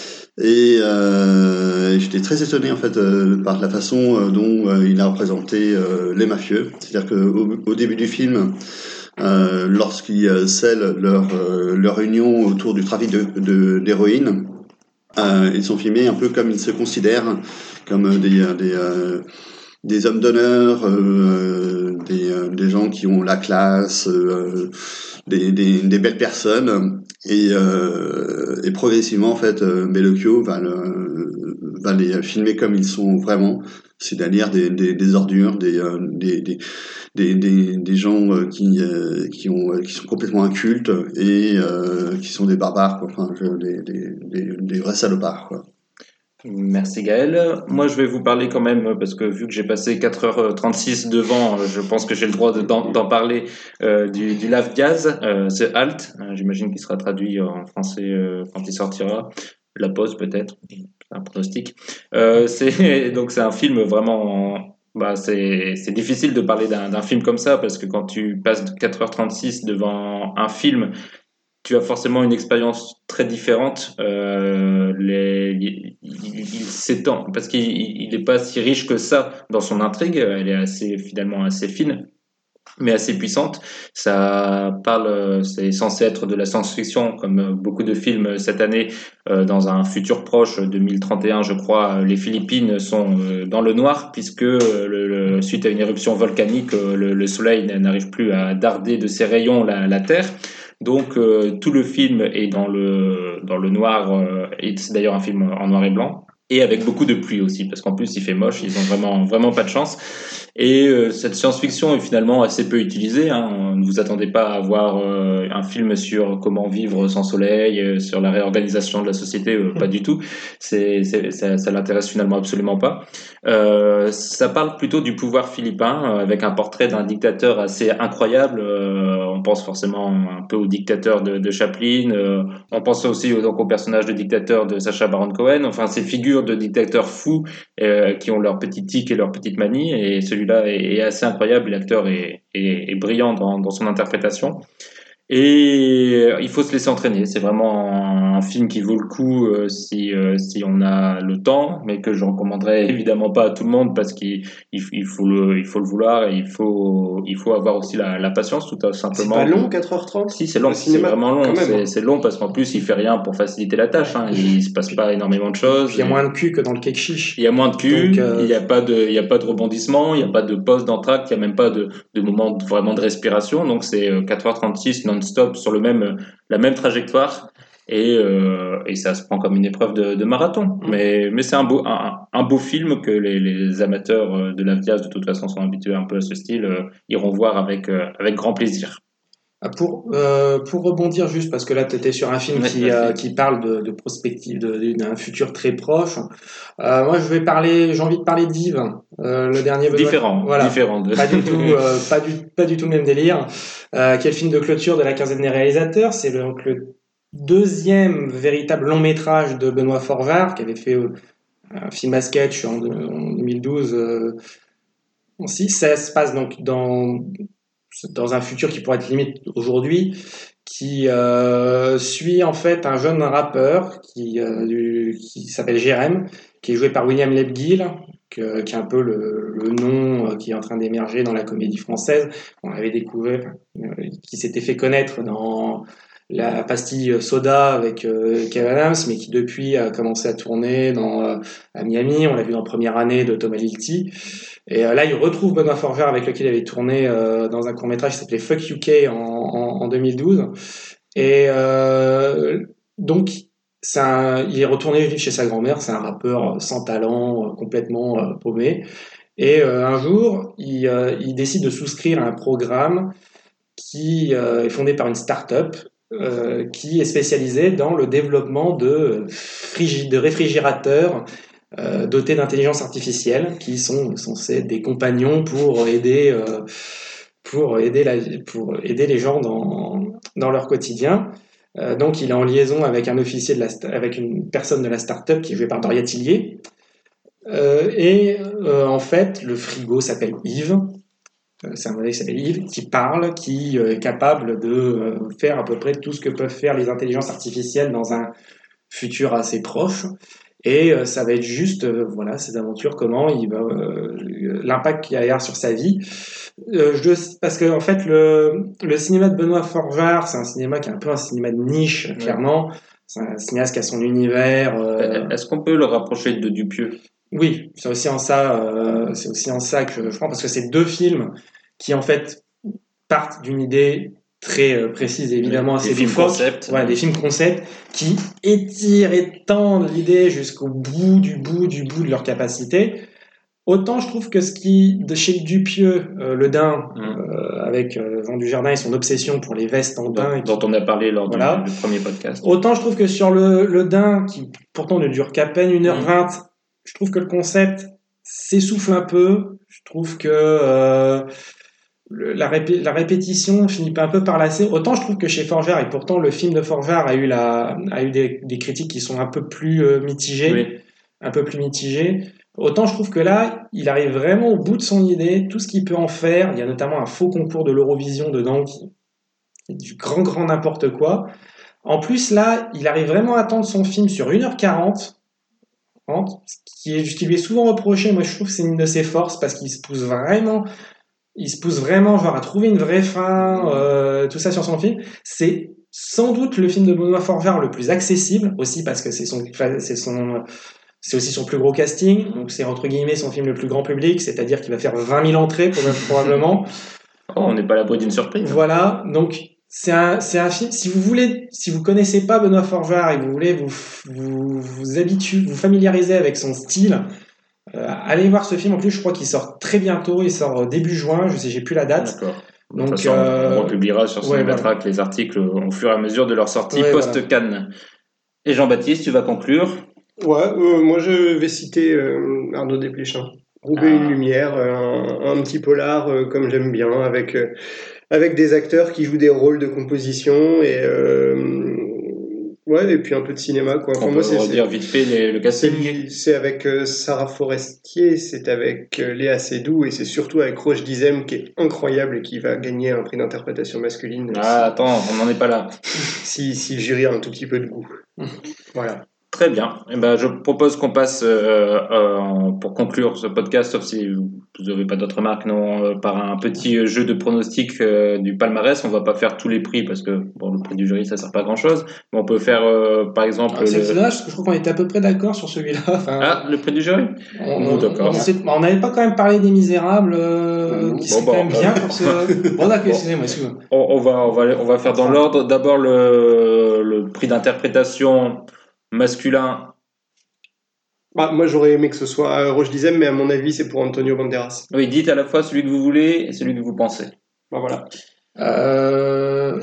Et euh, j'étais très étonné en fait euh, par la façon euh, dont euh, il a représenté euh, les mafieux. C'est-à-dire qu'au au début du film, euh, lorsqu'ils euh, scellent leur euh, leur union autour du trafic de de- d'héroïne, euh, ils sont filmés un peu comme ils se considèrent, comme des des euh, des hommes d'honneur, euh, des, euh, des gens qui ont la classe, euh, des, des, des belles personnes. Et, euh, et progressivement, en fait, euh, Bellocchio va, le, va les filmer comme ils sont vraiment, c'est-à-dire des, des, des ordures, des, euh, des, des, des, des, des gens euh, qui, euh, qui, ont, qui sont complètement incultes et euh, qui sont des barbares, quoi. Enfin, je- des, des, des, des vrais salopards, quoi. Merci Gaël. Moi, je vais vous parler quand même, parce que vu que j'ai passé quatre heures trente-six devant, euh, je pense que j'ai le droit de- d'en, d'en parler, euh, du, du Lave Gaz, euh, c'est Halt. Euh, j'imagine qu'il sera traduit en français euh, quand il sortira. La pause peut-être, c'est un pronostic. Euh, c'est, donc c'est un film vraiment... Bah, c'est, c'est difficile de parler d'un, d'un film comme ça, parce que quand tu passes quatre heures trente-six devant un film, tu as forcément une expérience très différente. Euh, les, il, il, il s'étend parce qu'il il n'est pas si riche que ça dans son intrigue. Elle est assez finalement assez fine, mais assez puissante. Ça parle, c'est censé être de la science-fiction, comme beaucoup de films cette année. Euh, dans un futur proche, deux mille trente et un, je crois, les Philippines sont euh, dans le noir puisque euh, le, le, suite à une éruption volcanique, euh, le, le soleil n'arrive plus à darder de ses rayons la, la Terre. Donc euh, tout le film est dans le dans le noir, euh, et c'est d'ailleurs un film en noir et blanc. Et avec beaucoup de pluie aussi, parce qu'en plus il fait moche, ils ont vraiment vraiment pas de chance. Et euh, cette science-fiction est finalement assez peu utilisée. Hein. Ne vous attendez pas à voir euh, un film sur comment vivre sans soleil, euh, sur la réorganisation de la société, euh, pas du tout. C'est, c'est, ça, ça l'intéresse finalement absolument pas. Euh, ça parle plutôt du pouvoir philippin, euh, avec un portrait d'un dictateur assez incroyable. Euh, on pense forcément un peu au dictateur de, de Chaplin. Euh, on pense aussi au, donc au personnage de dictateur de Sacha Baron Cohen. Enfin, ces figures de dictateurs fous euh, qui ont leurs petits tics et leurs petites manies. Et celui-là est, est assez incroyable. L'acteur est, est, est brillant dans, dans son interprétation. Et il faut se laisser entraîner. C'est vraiment un film qui vaut le coup euh, si, euh, si on a le temps, mais que je recommanderais évidemment pas à tout le monde parce qu'il il, il faut le, il faut le vouloir et il faut, il faut avoir aussi la, la patience tout simplement. C'est pas long, de... quatre heures trente? Si, c'est long, Au c'est cinéma, vraiment long. quand même, C'est, hein. c'est long parce qu'en plus il fait rien pour faciliter la tâche. Hein. Il se passe pas énormément de choses. Puis il y a et- moins de cul que dans le cake chiche. il y a moins de cul, Donc, euh, il n'y a pas de, il y a pas de rebondissement, il n'y a pas de pause d'entracte, il n'y a même pas de, de moment de- vraiment de respiration. Donc c'est euh, quatre heures trente-six non-stop sur le même, la même trajectoire. Et, euh, et ça se prend comme une épreuve de, de marathon. Mais, mais c'est un beau, un, un beau film que les, les amateurs euh, de la Vias, de toute façon, sont habitués un peu à ce style, euh, iront voir avec, euh, avec grand plaisir. Ah, Pour, euh, pour rebondir juste, parce que là, tu étais sur un film Ouais, qui, vas-y. euh, qui parle de, de prospective, de- d'un futur très proche. Euh, moi, je vais parler, j'ai envie de parler de Vive, euh, le dernier Benoît. Différent, Voilà. différent de... Pas du tout, euh, pas du, pas du tout le même délire. Euh, qui est le film de clôture de la quinzaine des réalisateurs. C'est le- donc le deuxième véritable long métrage de Benoît Forvard, qui avait fait euh, un film à sketch en, de- en deux mille douze. Euh, aussi. Ça se passe donc dans dans un futur qui pourrait être limite aujourd'hui, qui euh, suit en fait un jeune rappeur qui, euh, du- qui s'appelle Jérém, qui est joué par William Lebguil, que- qui est un peu le, le nom euh, qui est en train d'émerger dans la comédie française. On avait découvert, euh, qui s'était fait connaître dans la pastille soda avec euh, Kev Adams, mais qui depuis a commencé à tourner dans, euh, à Miami. On l'a vu dans Première année de Thomas Lilti. Et euh, là, il retrouve Benoît Forger avec lequel il avait tourné euh, dans un court-métrage qui s'appelait Fuck U K en, en, en deux mille douze. Et euh, donc, c'est un, il est retourné vivre chez sa grand-mère. C'est un rappeur sans talent, euh, complètement euh, paumé. Et euh, un jour, il, euh, il décide de souscrire à un programme qui euh, est fondé par une start-up euh, qui est spécialisé dans le développement de, frigi- de réfrigérateurs euh, dotés d'intelligence artificielle, qui sont censés être des compagnons pour aider, euh, pour aider, la, pour aider les gens dans, dans leur quotidien. Euh, donc, il est en liaison avec un officier de la, avec une personne de la start-up qui est jouée par Doria Tillier. Euh, et euh, en fait, le frigo s'appelle Yves. Euh, c'est un modèle qui s'appelle Yves, qui parle, qui euh, est capable de euh, faire à peu près tout ce que peuvent faire les intelligences artificielles dans un futur assez proche. Et euh, ça va être juste, euh, voilà, ces aventures, comment il va, euh, l'impact qu'il y a sur sa vie. Euh, je, parce que en fait, le, le cinéma de Benoît Forgeard, c'est un cinéma qui est un peu un cinéma de niche, ouais. Clairement. C'est un cinéaste qui a son univers. Euh... Est-ce qu'on peut le rapprocher de Dupieux ? Oui, c'est aussi en ça, euh, c'est aussi en ça que je, je prends, parce que c'est deux films qui en fait partent d'une idée très euh, précise et évidemment oui, assez des films concept, ouais, ouais. des films concept qui étirent et tendent l'idée jusqu'au bout du bout du bout de leur capacité. Autant je trouve que ce qui de chez Dupieux, euh, le Dain, mmh. euh, avec euh, Jean Dujardin et son obsession pour les vestes en daim, dont, dont on a parlé lors voilà. du, du premier podcast. Autant je trouve que sur le, le Dain, qui pourtant ne dure qu'à peine une heure vingt, mmh. je trouve que le concept s'essouffle un peu. Je trouve que euh, la, répé- la répétition finit un peu par lasser. Autant je trouve que chez Forgeard, et pourtant le film de Forgeard a eu, la, a eu des, des critiques qui sont un peu plus euh, mitigées, oui. un peu plus mitigées. Autant je trouve que là, il arrive vraiment au bout de son idée, tout ce qu'il peut en faire. Il y a notamment un faux concours de l'Eurovision dedans qui, qui est du grand, grand n'importe quoi. En plus, là, il arrive vraiment à tendre son film sur une heure quarante, ce qui, est, ce qui lui est souvent reproché. Moi, je trouve que c'est une de ses forces parce qu'il se pousse vraiment, il se pousse vraiment genre, à trouver une vraie fin, euh, tout ça sur son film. C'est sans doute le film de Benoît Forgeard le plus accessible, aussi parce que c'est son... C'est son C'est aussi son plus gros casting, donc c'est entre guillemets son film le plus grand public, c'est-à-dire qu'il va faire vingt mille entrées probablement. Oh, on n'est pas à l'abri d'une surprise. Voilà, donc c'est un, c'est un film, si vous voulez, si vous connaissez pas Benoît Forgeard et que vous voulez vous, vous, vous habituer, vous familiariser avec son style, euh, allez voir ce film. En plus, je crois qu'il sort très bientôt, il sort début juin, je sais, j'ai plus la date. D'accord. De Donc, toute façon, euh, on republiera sur Cinématrack ouais, voilà. les articles au fur et à mesure de leur sortie ouais, post-Cannes. Voilà. Et Jean-Baptiste, tu vas conclure ? Ouais, euh, moi je vais citer euh, Arnaud Desplechin. Roubaix ah. une lumière, un, un petit polar euh, comme j'aime bien, avec, euh, avec des acteurs qui jouent des rôles de composition et euh, ouais, et puis un peu de cinéma quoi. Enfin, on moi, peut c'est, redire c'est, vite fait les, le casting. C'est, c'est avec euh, Sarah Forestier, c'est avec euh, Léa Seydoux et c'est surtout avec Roche Dizem qui est incroyable et qui va gagner un prix d'interprétation masculine. Ah si, attends, on n'en est pas là. Si, si le jury a un tout petit peu de goût. Voilà. Très bien. Eh ben, je propose qu'on passe, euh, euh, pour conclure ce podcast, sauf si vous n'avez pas d'autres remarques, non, euh, par un petit jeu de pronostic euh, du palmarès. On ne va pas faire tous les prix parce que bon, le prix du jury, ça ne sert pas à grand-chose. Mais on peut faire, euh, par exemple... Ah, c'est le... dommage, parce que je crois qu'on était à peu près d'accord sur celui-là. Enfin, ah, le prix du jury On n'avait on, on pas quand même parlé des Misérables, euh, qui bon, serait bon, quand même bon, bien pour ce... Bon, d'accord, excusez-moi, excusez-moi. On, on, va, on, va, on va faire dans l'ordre. D'abord, le, le prix d'interprétation... masculin. Bah, moi j'aurais aimé que ce soit Roche Dizem, mais à mon avis c'est pour Antonio Banderas. Oui, dites à la fois celui que vous voulez et celui que vous pensez. Bah, voilà. Euh...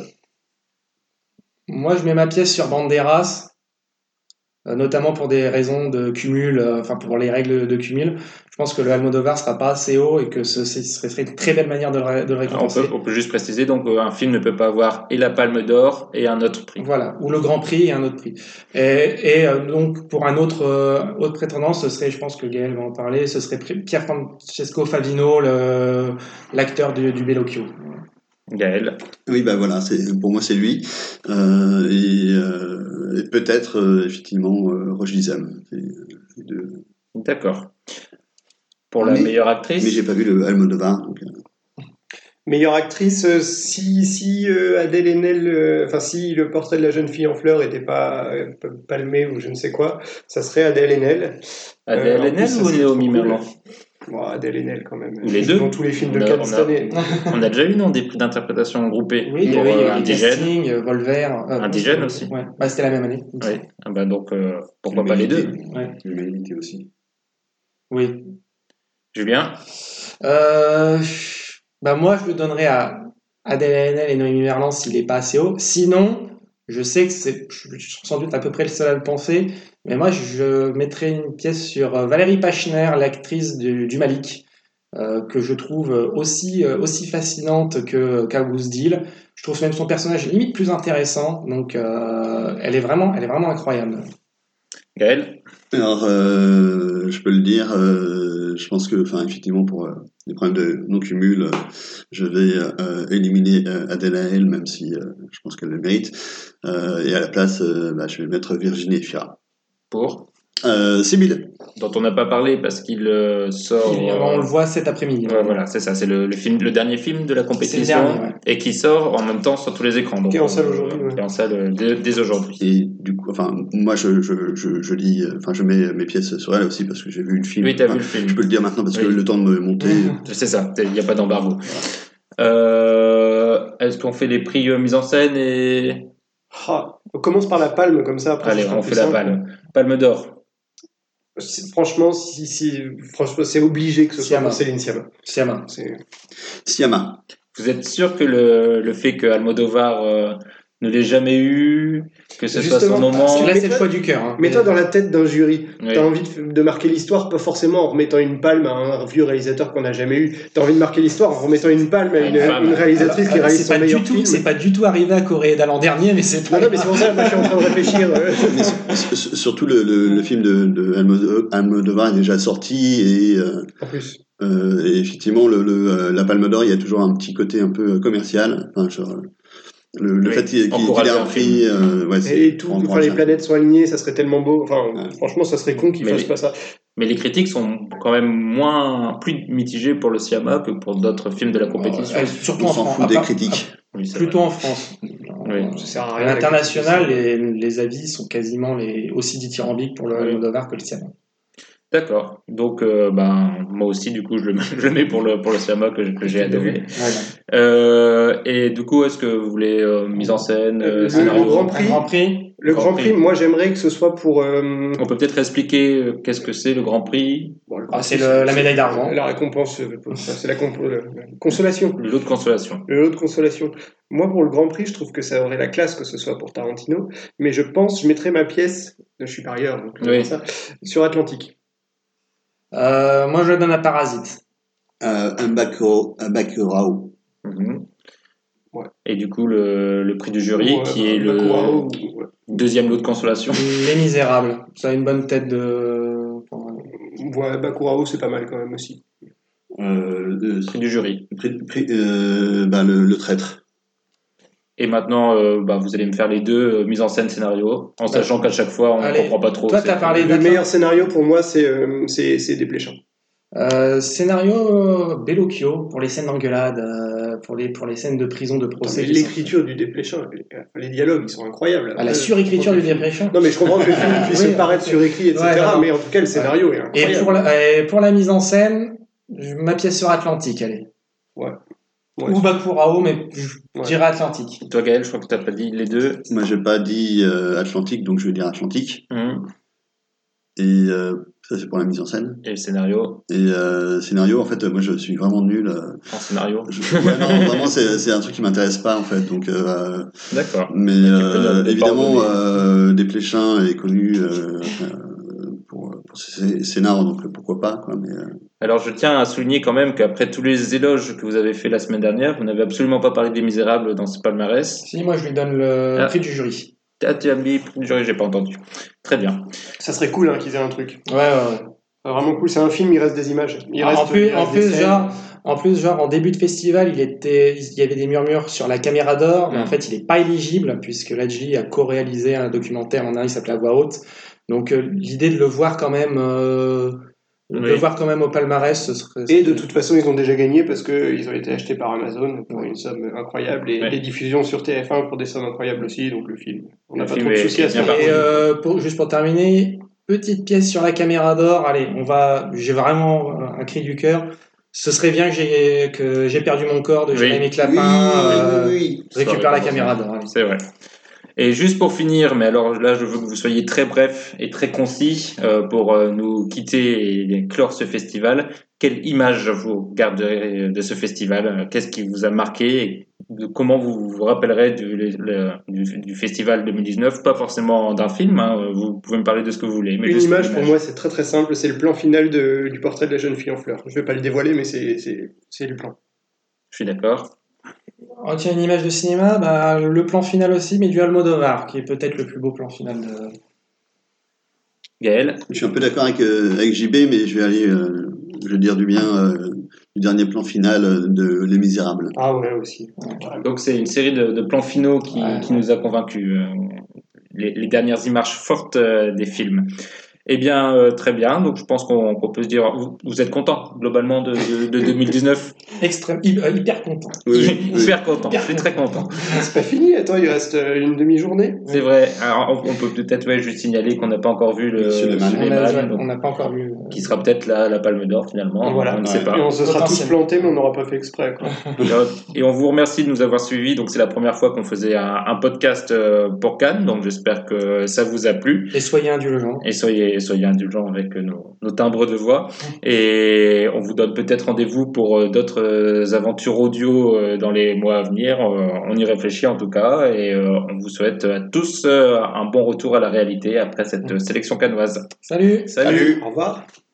Moi je mets ma pièce sur Banderas, euh, notamment pour des raisons de cumul, euh, enfin pour les règles de cumul. Je pense que le Almodovar sera pas assez haut et que ce, ce serait une très belle manière de le, de le récompenser. On peut, on peut juste préciser, donc un film ne peut pas avoir et la Palme d'Or et un autre prix. Voilà, ou le Grand Prix et un autre prix. Et, et euh, donc pour un autre, euh, autre prétendant, ce serait, je pense que Gaël va en parler, ce serait Pier Francesco Favino, le, l'acteur du, du Bellocchio. Gaël. Oui, ben voilà, c'est, pour moi c'est lui. Euh, et, euh, et peut-être euh, effectivement euh, Roche Dizem. De... D'accord. Pour la mais, meilleure actrice. Mais j'ai pas vu le Almodovar. Donc... Meilleure actrice, euh, si, si euh, Adèle Haenel, euh, enfin si le portrait de la jeune fille en fleurs n'était pas euh, palmé ou je ne sais quoi, ça serait Adèle Haenel. Adèle euh, Haenel ou Naomi Merlan? Bon, Adèle Haenel quand même. Ou les deux. Dans tous les films de Cannes cette année. On a déjà eu non des prix d'interprétation groupés. Oui, il y avait euh, Indigène, euh, Volver. Euh, Indigène aussi. Ouais. Bah, c'était la même année. Oui. Ah bah donc euh, pourquoi pas les deux. Ouais. L'humanité aussi. Oui. Julien. Euh, bah moi je le donnerais à Adèle Haenel et Noémie Merlan s'il n'est pas assez haut. Sinon, Je sais que c'est, je suis sans doute à peu près le seul à le penser, mais moi je mettrais une pièce sur euh, Valérie Pachner, l'actrice du, du Malik, euh, que je trouve aussi euh, aussi fascinante que qu'August Deal. Je trouve même son personnage limite plus intéressant, donc euh, elle est vraiment elle est vraiment incroyable. Gaël? Alors, euh, je peux le dire, euh, je pense que, enfin, effectivement, pour euh, les problèmes de non-cumul, euh, je vais euh, éliminer euh, Adèle Haenel, même si euh, je pense qu'elle le mérite. Euh, et à la place, euh, bah, je vais mettre Virginie Efira. Pour Euh, Sibylle. Dont on n'a pas parlé parce qu'il euh, sort. Il- on le voit cet après-midi. Ouais, voilà, c'est ça, c'est le, le film, le dernier film de la compétition, C'est le dernier, ouais. et qui sort en même temps sur tous les écrans. Donc, Qui est en salle euh, aujourd'hui, ouais. Qui est en salle euh, dès, dès aujourd'hui. Et du coup, enfin, moi, je, je, je, je lis, euh, enfin, je mets mes pièces sur elle aussi parce que j'ai vu le film. Oui, t'as Enfin, vu le film. Je peux le dire maintenant parce Oui. que le temps de me monter. C'est ça, il n'y a pas d'embargo. Euh, est-ce qu'on fait les prix euh, mise en scène et... Ah, on commence par la palme, comme ça, après, Allez, ce sera on plus fait la simple. palme. Palme d'or. C'est- Franchement, si, si, franchement, c'est obligé que ce soit Siama. pour Céline Sciamma. Siama. C'est... Siama. Vous êtes sûr que le, le fait que Almodovar euh, ne l'ait jamais eu, que ce soit son Justement, moment... Parce que là, Mais c'est le toi- choix du cœur. Hein. Mets-toi dans la tête d'un jury. Oui. T'as envie de, de marquer l'histoire, pas forcément en remettant une palme à un vieux réalisateur qu'on n'a jamais eu. T'as envie de marquer l'histoire en remettant une palme à une, Une femme. une réalisatrice Alors, qui réalise c'est son pas meilleur du tout, film. c'est pas du tout arrivé à Coréda l'an dernier, mais c'est pas. Non, non, mais c'est pour ça que moi je suis en train de réfléchir. euh. Mais s- s- surtout, le, le, le film de, de Almodo- Almodovar est déjà sorti et, euh, En plus. euh, et effectivement, le, le, euh, la Palme d'Or, il y a toujours un petit côté un peu commercial. Enfin, genre, le, le Oui, fait qu'il qu'il- qu'il encourager ait un un prix, euh, ouais, c'est Et tout, pour enfin, encourager les un planètes sont alignées, ça serait tellement beau. Enfin, Ouais. franchement, ça serait con qu'ils Mais fassent les- pas ça. Mais les critiques sont quand même moins, plus mitigées pour le Siama que pour d'autres films de la compétition. Euh, surtout On en s'en France. fout À des part- critiques. Oui, c'est Plutôt vrai. en France. Oui, Euh, ça sert à à rien, la l'international, critique, les, les avis sont quasiment les, aussi dithyrambiques pour le Oui. Almodovar que le Siama. D'accord. Donc, euh, ben, moi aussi, du coup, je le, je le mets pour le, pour le Siama que, que j'ai adoré. Voilà. Euh, et du coup, est-ce que vous voulez euh, mise en scène, euh, Le- scénario le Grand Un Prix. Grand Prix. Le Grand Grand Prix, Prix. moi j'aimerais que ce soit pour. euh, On peut peut-être expliquer euh, qu'est-ce que c'est le Grand Prix, bon, le Ah, Grand c'est Prix, le- la médaille d'argent. La récompense, euh, enfin, c'est la, comp- la- la consolation. le lot de consolation. Le lot de consolation. Moi, pour le Grand Prix, je trouve que ça aurait la classe que ce soit pour Tarantino, mais je pense, je mettrais ma pièce, je suis parieur, donc Oui. ça, sur Atlantique. Euh, moi, je le donne à Parasite. Euh, un Bacurau, un Bacurau. Mhm. Ouais. Et du coup, le, le prix du jury, Ouais, qui est le Bacurau, ouais. deuxième lot de consolation. Les Misérables. Ça a une bonne tête de. Enfin, Ouais, Bacurau, c'est pas mal quand même aussi. Euh, le, Prix du jury. prix- prix- euh, bah, le, le traître. Et maintenant, euh, bah, vous allez me faire les deux, euh, mise en scène, scénario, en sachant qu'à chaque fois, on ne Allez. comprend pas trop. Toi, c'est- t'as parlé Le d'Atlantique. meilleur scénario pour moi, c'est euh, c'est c'est Desplechin. Euh, scénario euh, Bellocchio pour les scènes d'engueulade, euh, pour les pour les scènes de prison, de procès. qui sont- L'écriture du Desplechin, les, les dialogues, ils sont incroyables. Ah, la Après, surécriture je du comprends que- Desplechin. Non, mais je comprends que le film puisse Oui, paraître ok. surécrit, et cetera. Ouais, non, non. Mais en tout cas, le scénario est Et incroyable. pour la, et pour la mise en scène, je- ma pièce sur Atlantique, allez. Ouais. Ou Bacurau, mais je Ouais. dirais Atlantique. Toi, Gaël, je crois que tu n'as pas dit les deux. Moi, j'ai pas dit euh, Atlantique, donc je vais dire Atlantique. Mhm. Et euh, ça, c'est pour la mise en scène. Et le scénario, Et euh, scénario, en fait, moi, je suis vraiment nul. euh, en scénario. je- ouais, non, vraiment, c'est c'est un truc qui m'intéresse pas, en fait. Donc, euh, D'accord. mais tu peux euh, ne pas évidemment, en euh, Desplechin est connu euh, euh, pour, pour ses scénars, donc pourquoi pas, quoi. Mais euh, Alors, je tiens à souligner quand même qu'après tous les éloges que vous avez fait la semaine dernière, vous n'avez absolument pas parlé des Misérables dans ce palmarès. Si, moi je lui donne le Ah. prix du jury. Ah, tu as mis prix du jury, j'ai pas entendu. Très bien. Ça serait cool hein, qu'ils aient un truc. Ouais, ouais, ouais. C'est vraiment cool. C'est un film, il reste des images. Il Ah, reste, en plus, il reste en des plus, scènes. genre, en plus, genre, en début de festival, il était, il y avait des murmures sur la caméra d'or, mais Mm. en fait, il est pas éligible puisque Ladji a co-réalisé un documentaire en un, il s'appelait À voix haute. Donc, euh, l'idée de le voir quand même, euh, de Oui. le voir quand même au palmarès, ce serait. Et de toute façon, ils ont déjà gagné parce qu'ils ont été achetés par Amazon pour une somme incroyable et Ouais. des diffusions sur T F un pour des sommes incroyables aussi. Donc le film, on n'a Le pas film trop de est- soucis à est se bien faire. parti. Et euh, pour, juste pour terminer, petite pièce sur la caméra d'or. Allez, on va. J'ai vraiment un cri du cœur. Ce serait bien que j'ai que j'ai perdu mon corps de Oui. Jérémy Clapin. oui, euh, oui, oui. Récupère la Ça aurait caméra été d'or. allez. C'est vrai. Et juste pour finir, mais alors là, je veux que vous soyez très bref et très concis euh, pour euh, nous quitter et clore ce festival. quelle image vous garderez de ce festival? Qu'est-ce qui vous a marqué et de comment vous vous rappellerez du, le, du, du festival deux mille dix-neuf? Pas forcément d'un film, hein, vous pouvez me parler de ce que vous voulez. Mais Une juste image, une pour moi, c'est très très simple. C'est le plan final de, du portrait de la jeune fille en fleurs. Je vais pas le dévoiler, mais c'est, c'est, c'est le plan. Je suis d'accord. On tient une image de cinéma, bah, le plan final aussi, mais du Almodovar, qui est peut-être le plus beau plan final de... Gaël? Je suis un peu d'accord avec, euh, avec J B, mais je vais aller, euh, je vais dire du bien euh, du dernier plan final de Les Misérables. Ah ouais, aussi. Donc c'est une série de, de plans finaux qui, Ouais. qui nous a convaincus. euh, les, les dernières images fortes euh, des films. Eh bien, euh, très bien. Donc, je pense qu'on, qu'on peut se dire, vous, vous êtes content globalement de, de, de deux mille dix-neuf? Extrême, hyper, hyper content. Oui, Hyper content. Je suis très content. C'est pas fini, attends, il reste une demi-journée. C'est vrai. Alors, on, on peut peut-être ouais, juste signaler qu'on n'a pas encore vu le Suleiman. On Suleiman, a- donc, on n'a pas encore vu. euh, qui sera peut-être la, la Palme d'Or finalement. Et voilà. On ne Ouais. sait pas. Et on se sera tous Potentiellement. plantés, mais on n'aura pas fait exprès, quoi. Et on vous remercie de nous avoir suivis. Donc, c'est la première fois qu'on faisait un, un podcast euh, pour Cannes. Donc, j'espère que ça vous a plu. Et soyez indulgents. Et soyez, soyez indulgents avec nos, nos timbres de voix. Et on vous donne peut-être rendez-vous pour euh, d'autres euh, aventures audio euh, dans les mois à venir. Euh, on y réfléchit en tout cas. Et euh, on vous souhaite à tous euh, un bon retour à la réalité après cette euh, sélection cannoise. Salut! Salut. Au revoir.